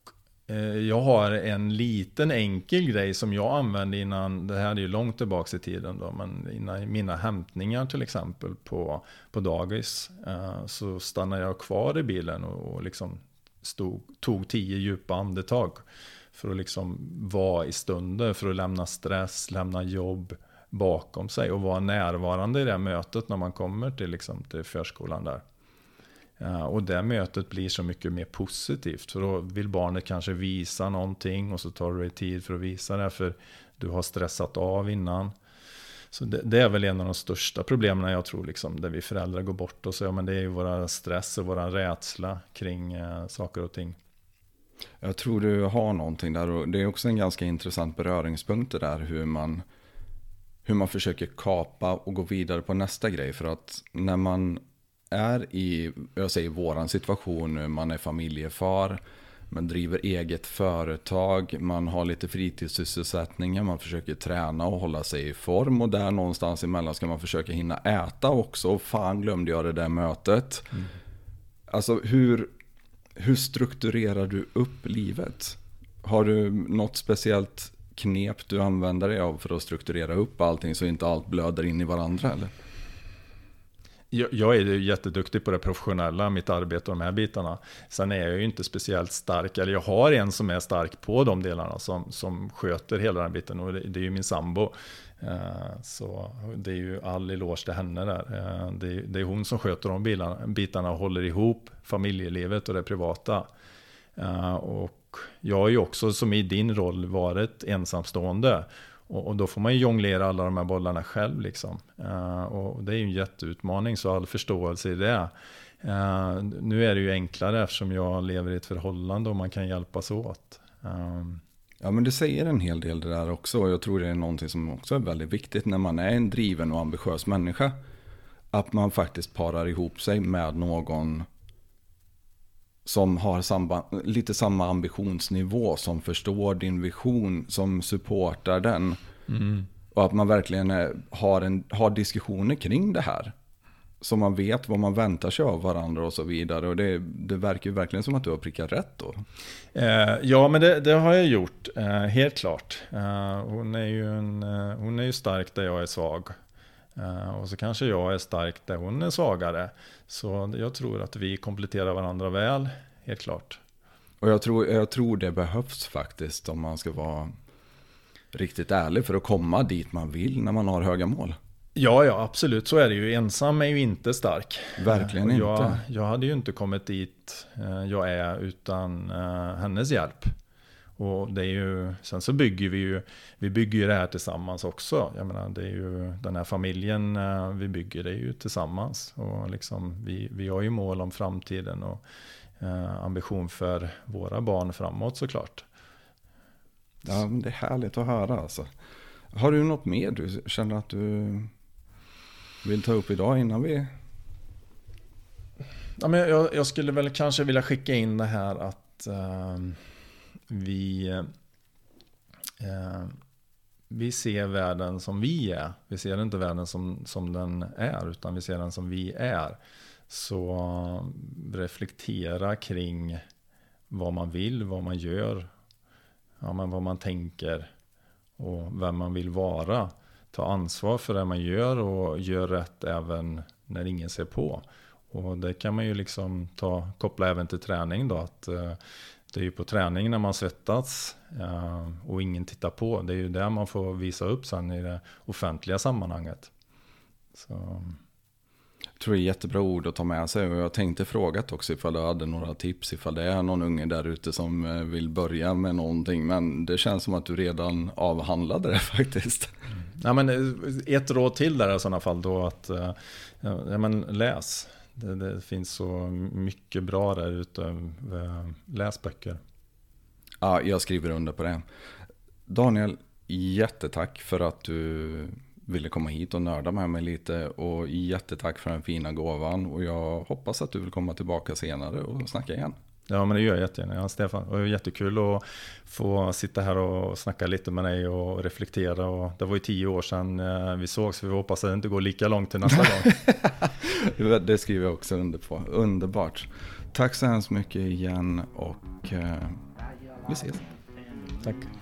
Jag har en liten enkel grej som jag använde innan, det här är ju långt tillbaka i tiden då, men innan mina hämtningar till exempel på, på dagis, så stannade jag kvar i bilen och liksom stod, tog tio djupa andetag för att liksom vara i stunden, för att lämna stress, lämna jobb bakom sig och vara närvarande i det mötet när man kommer till, liksom, till förskolan där. Ja, och det mötet blir så mycket mer positivt, för då vill barnet kanske visa någonting och så tar du dig tid för att visa det, för du har stressat av innan. Så det, det är väl en av de största problemen jag tror, liksom, där vi föräldrar går bort och säger, men det är ju våra stress och våra rädsla kring eh, saker och ting. Jag tror du har någonting där, och det är också en ganska intressant beröringspunkt det där, hur man, hur man försöker kapa och gå vidare på nästa grej. För att när man är i, jag säger våran situation nu, man är familjefar, man driver eget företag, man har lite fritidssysselsättningar, man försöker träna och hålla sig i form, och där någonstans emellan ska man försöka hinna äta också, och fan glömde jag det där mötet. Mm. Alltså hur, hur strukturerar du upp livet? Har du något speciellt knep du använder dig av för att strukturera upp allting så inte allt blöder in i varandra, eller? Jag är ju jätteduktig på det professionella, mitt arbete och de här bitarna. Sen är jag ju inte speciellt stark, eller jag har en som är stark på de delarna som, som sköter hela den biten, och det, det är ju min sambo. Så det är ju all eloge till henne där. Det, det är hon som sköter de bilarna, bitarna och håller ihop familjelivet och det privata. Och jag har ju också, som i din roll, varit ensamstående. Och då får man ju jonglera alla de här bollarna själv liksom. Uh, och det är ju en jätteutmaning, så all förståelse i det. Uh, nu är det ju enklare eftersom jag lever i ett förhållande och man kan hjälpas åt. Uh. Ja, men det säger en hel del det där också, och jag tror det är någonting som också är väldigt viktigt när man är en driven och ambitiös människa. Att man faktiskt parar ihop sig med någon som har samma, lite samma ambitionsnivå, som förstår din vision, som supportar den. Mm. Och att man verkligen är, har, en, har diskussioner kring det här. Så man vet vad man väntar sig av varandra och så vidare. Och det, det verkar ju verkligen som att du har prickat rätt då. Eh, ja, men det, det har jag gjort, eh, helt klart. Eh, hon, är ju en, eh, hon är ju stark där jag är svag. Uh, och så kanske jag är stark där hon är svagare. Så jag tror att vi kompletterar varandra väl, helt klart. Och jag tror, jag tror det behövs faktiskt, om man ska vara riktigt ärlig, för att komma dit man vill när man har höga mål. Ja, ja, absolut. Så är det ju. Ensam är ju inte stark. Verkligen uh, jag, inte. Jag hade ju inte kommit dit uh, jag är utan uh, hennes hjälp. Och det är ju, sen så bygger vi ju, vi bygger ju det här tillsammans också. Jag menar, det är ju den här familjen vi bygger, det är ju tillsammans. Och liksom, vi, vi har ju mål om framtiden och eh, ambition för våra barn framåt såklart. Ja, men det är härligt att höra alltså. Har du något mer du känner att du vill ta upp idag innan vi... Ja, men jag, jag skulle väl kanske vilja skicka in det här att... Eh, Vi, eh, vi ser världen som vi är. Vi ser inte världen som, som den är, utan vi ser den som vi är. Så reflektera kring vad man vill, vad man gör, ja, men vad man tänker och vem man vill vara. Ta ansvar för det man gör och gör rätt även när ingen ser på. Och det kan man ju liksom ta, koppla även till träning då, att eh, det är ju på träning när man svettas uh, och ingen tittar på. Det är ju där man får visa upp sen i det offentliga sammanhanget. Så. Jag tror det är jättebra ord att ta med sig. Och jag tänkte frågat också ifall du hade några tips. Ifall det är någon unge där ute som vill börja med någonting. Men det känns som att du redan avhandlade det faktiskt. Mm. Ja, men ett råd till där i sådana fall då att uh, ja, men läs. Det, det finns så mycket bra där ute. Läs böcker. Ja, jag skriver under på det. Daniel, jättetack för att du ville komma hit och nörda med mig lite. Och jättetack för den fina gåvan. Och jag hoppas att du vill komma tillbaka senare och snacka igen. Ja, men det gör jag jättegärna. Ja, Stefan. Och det är jättekul att få sitta här och snacka lite med dig och reflektera. Och det var ju tio år sedan vi såg, så vi hoppas att det inte går lika långt till nästa gång. Det skriver jag också under på. Underbart. Tack så hemskt mycket igen och Vi ses. Tack.